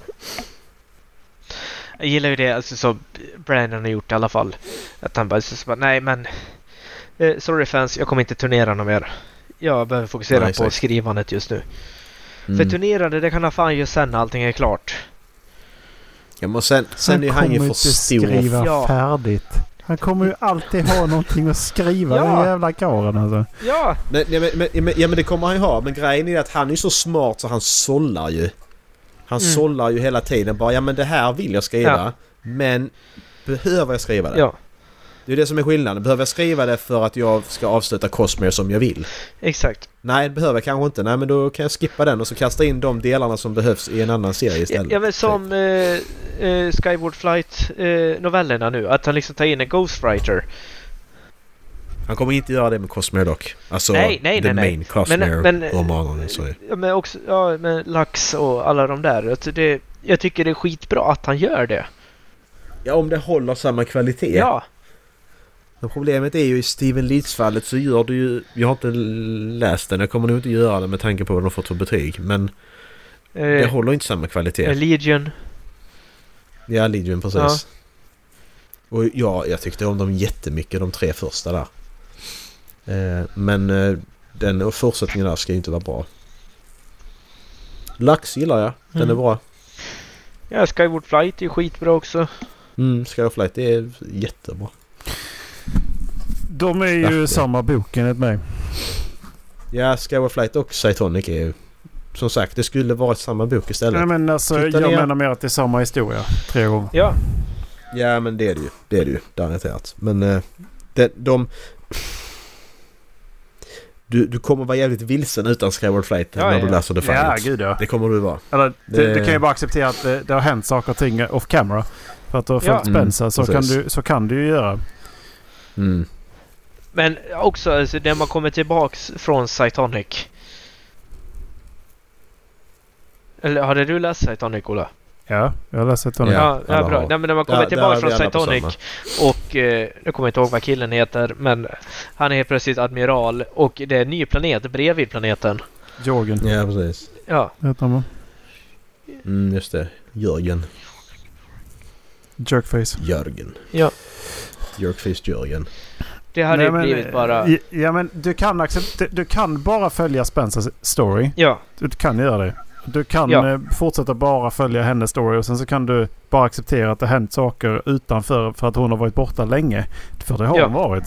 Jag gillar ju det, alltså, så Brandon har gjort i alla fall. Att han bara, så bara nej men eh, sorry fans, jag kommer inte turnera något mer. Jag behöver fokusera Nej, på exakt. skrivandet just nu. Mm. För turnerande, det kan han fan göra sen när allting är klart. Ja, men sen, sen är han ju för inte stor. skriva Ja. färdigt. Han kommer ju alltid ha någonting att skriva, Ja. den jävla karlen alltså. Ja! Nej, nej, men, men, men, ja, men det kommer han ju ha. Men grejen är att han är så smart så han sållar ju. Han Mm. sållar ju hela tiden. Bara, ja men det här vill jag skriva. Ja. Men behöver jag skriva det? Ja, Det är det som är skillnaden. Behöver jag skriva det för att jag ska avsluta Cosmere som jag vill? exakt. Nej, det behöver jag kanske inte. Nej, men då kan jag skippa den och så kasta in de delarna som behövs i en annan serie Ja, istället. ja men som eh, eh, Skyward Flight eh, novellerna nu, att han liksom tar in en ghostwriter. Han kommer inte göra det med Cosmere dock. Alltså, Nej, nej, the nej, nej. main Cosmere Men- men- romanen. Sorry. Ja, men också ja, med Lux och alla de där. Alltså det, jag tycker det är skitbra att han gör det. Ja, om det håller samma kvalitet. Ja, Men problemet är ju i Steven Leeds-fallet så gör du ju... Jag har inte läst den. Jag kommer nog inte göra det med tanke på vad de har fått för betyg. Men det eh, håller inte samma kvalitet. Legion. Ja, Legion, precis. Ja. Och ja, jag tyckte om dem jättemycket, de tre första där. Eh, men eh, den och fortsättningen där ska ju inte vara bra. Lux gillar jag. Den Mm. är bra. Ja, Skyward Flight är ju skitbra också. Mm, Skyflight, det är jättebra. De är ju Verkligen. samma bok enligt mig. Ja, Skyward Flight och Cytonic är ju... Som sagt, det skulle varit samma bok istället. Nej, men alltså, Titta jag ner. menar mer att det är samma historia. Tre gånger. Ja, Ja, men det är det ju. Det är det ju. Garanterat. Men eh, de... de du, du kommer vara jävligt vilsen utan Skyward Flight Ja, när ja. du läser det Ja, fallet. gud ja. Det kommer du vara. Eller, du, Det- du kan ju bara acceptera att det, det har hänt saker och ting off camera. För att du har följt Ja. Spencer Mm, så, kan precis. du, så kan du ju göra. Mm. men också alltså, när man kommer tillbaks från Cytonic. Eller hade du läst Cytonic, Ola? Ja, jag har läst Cytonic. Ja, ja, ja bra. Nej, men när man kommer Där- tillbaka där från är vi alla på Cytonic och eh, jag kommer inte ihåg vad killen heter, men han är helt plötsligt admiral och det är en ny planet bredvid planeten. Jorgen Ja, precis. Ja, heter han. Mm, just det. Jörgen. Jerkface. Jörgen. Ja. Jerkface Jörgen. det hade Nej, ju men, blivit bara... Ja, ja, men du kan, accept- du kan bara följa Spencers story. Ja, Du kan göra det. Du kan Ja. eh, fortsätta bara följa hennes story och sen så kan du bara acceptera att det hänt saker utanför för att hon har varit borta länge. För det har Ja. hon varit.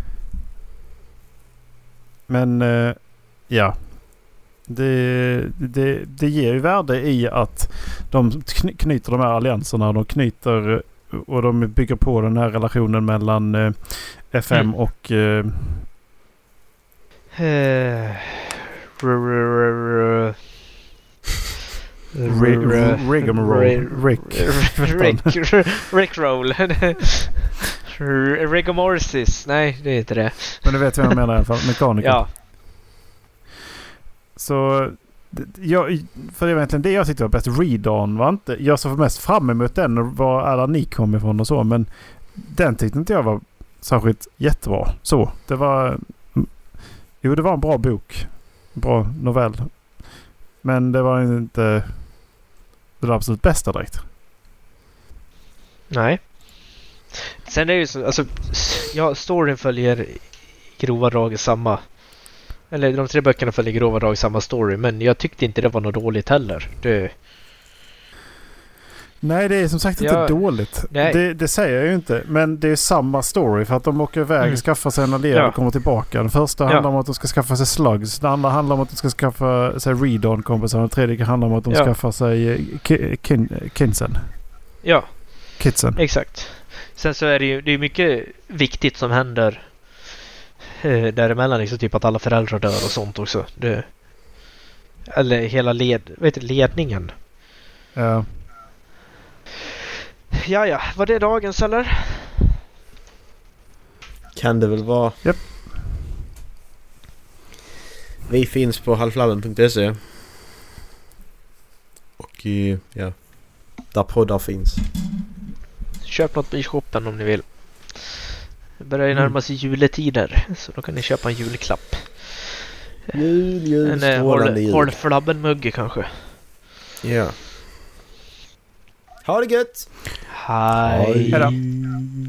Men eh, ja. Det, det, det ger ju värde i att de kny- knyter de här allianserna. De knyter och de bygger på den här relationen mellan eh, F M Mm. och eh, Eh, r- r- r- Ri- r- Rigmarole. Ri- Rick. Rick. Rickroll. Rigomorsis. Nej, det är inte det. Men du vet vad jag menar i alla fall. Mekaniker. Ja, Så d- jag, för det var egentligen det jag tyckte var bäst. Read-On var inte... Jag såg mest fram emot den och var alla ni kom ifrån och så. Men den tyckte inte jag var särskilt jättebra. Så, det var... Jo, det var en bra bok. Bra novell. Men det var inte det absolut bästa direkt. nej. Sen är det ju så, alltså, ja, storyn följer i grova drag samma. Eller de tre böckerna följer i grova drag samma story, men jag tyckte inte det var något dåligt heller. Det, Nej, det är som sagt inte Ja, dåligt. nej. Det, det säger jag ju inte. Men det är samma story för att de åker iväg, Mm. skaffar sig en allierad Ja. och kommer tillbaka. Den första Ja. handlar om att de ska skaffa sig slugs. Den andra handlar om att de ska skaffa sig Read-On-kompisar. Den tredje handlar om att de Ja. skaffar sig eh, ki- kin, Kinsen. ja, Kitsen. exakt. Sen så är det ju det är mycket viktigt som händer eh, däremellan. Liksom, typ att alla föräldrar dör och sånt också. Det, eller hela led, vet du, ledningen. Ja. Ja, ja. Var det dagens eller? Kan det väl vara. Japp. Vi finns på halflabben punkt se. Och eh, ja, där poddar finns. Köp något i shoppen om ni vill. Det börjar ju Mm. närma sig juletider. Så då kan ni köpa en julklapp. Jul, jul, En eh, strålande håll, jul. håll flabben-mugge kanske. Ja. Ha det gött! Hej. Hejdå.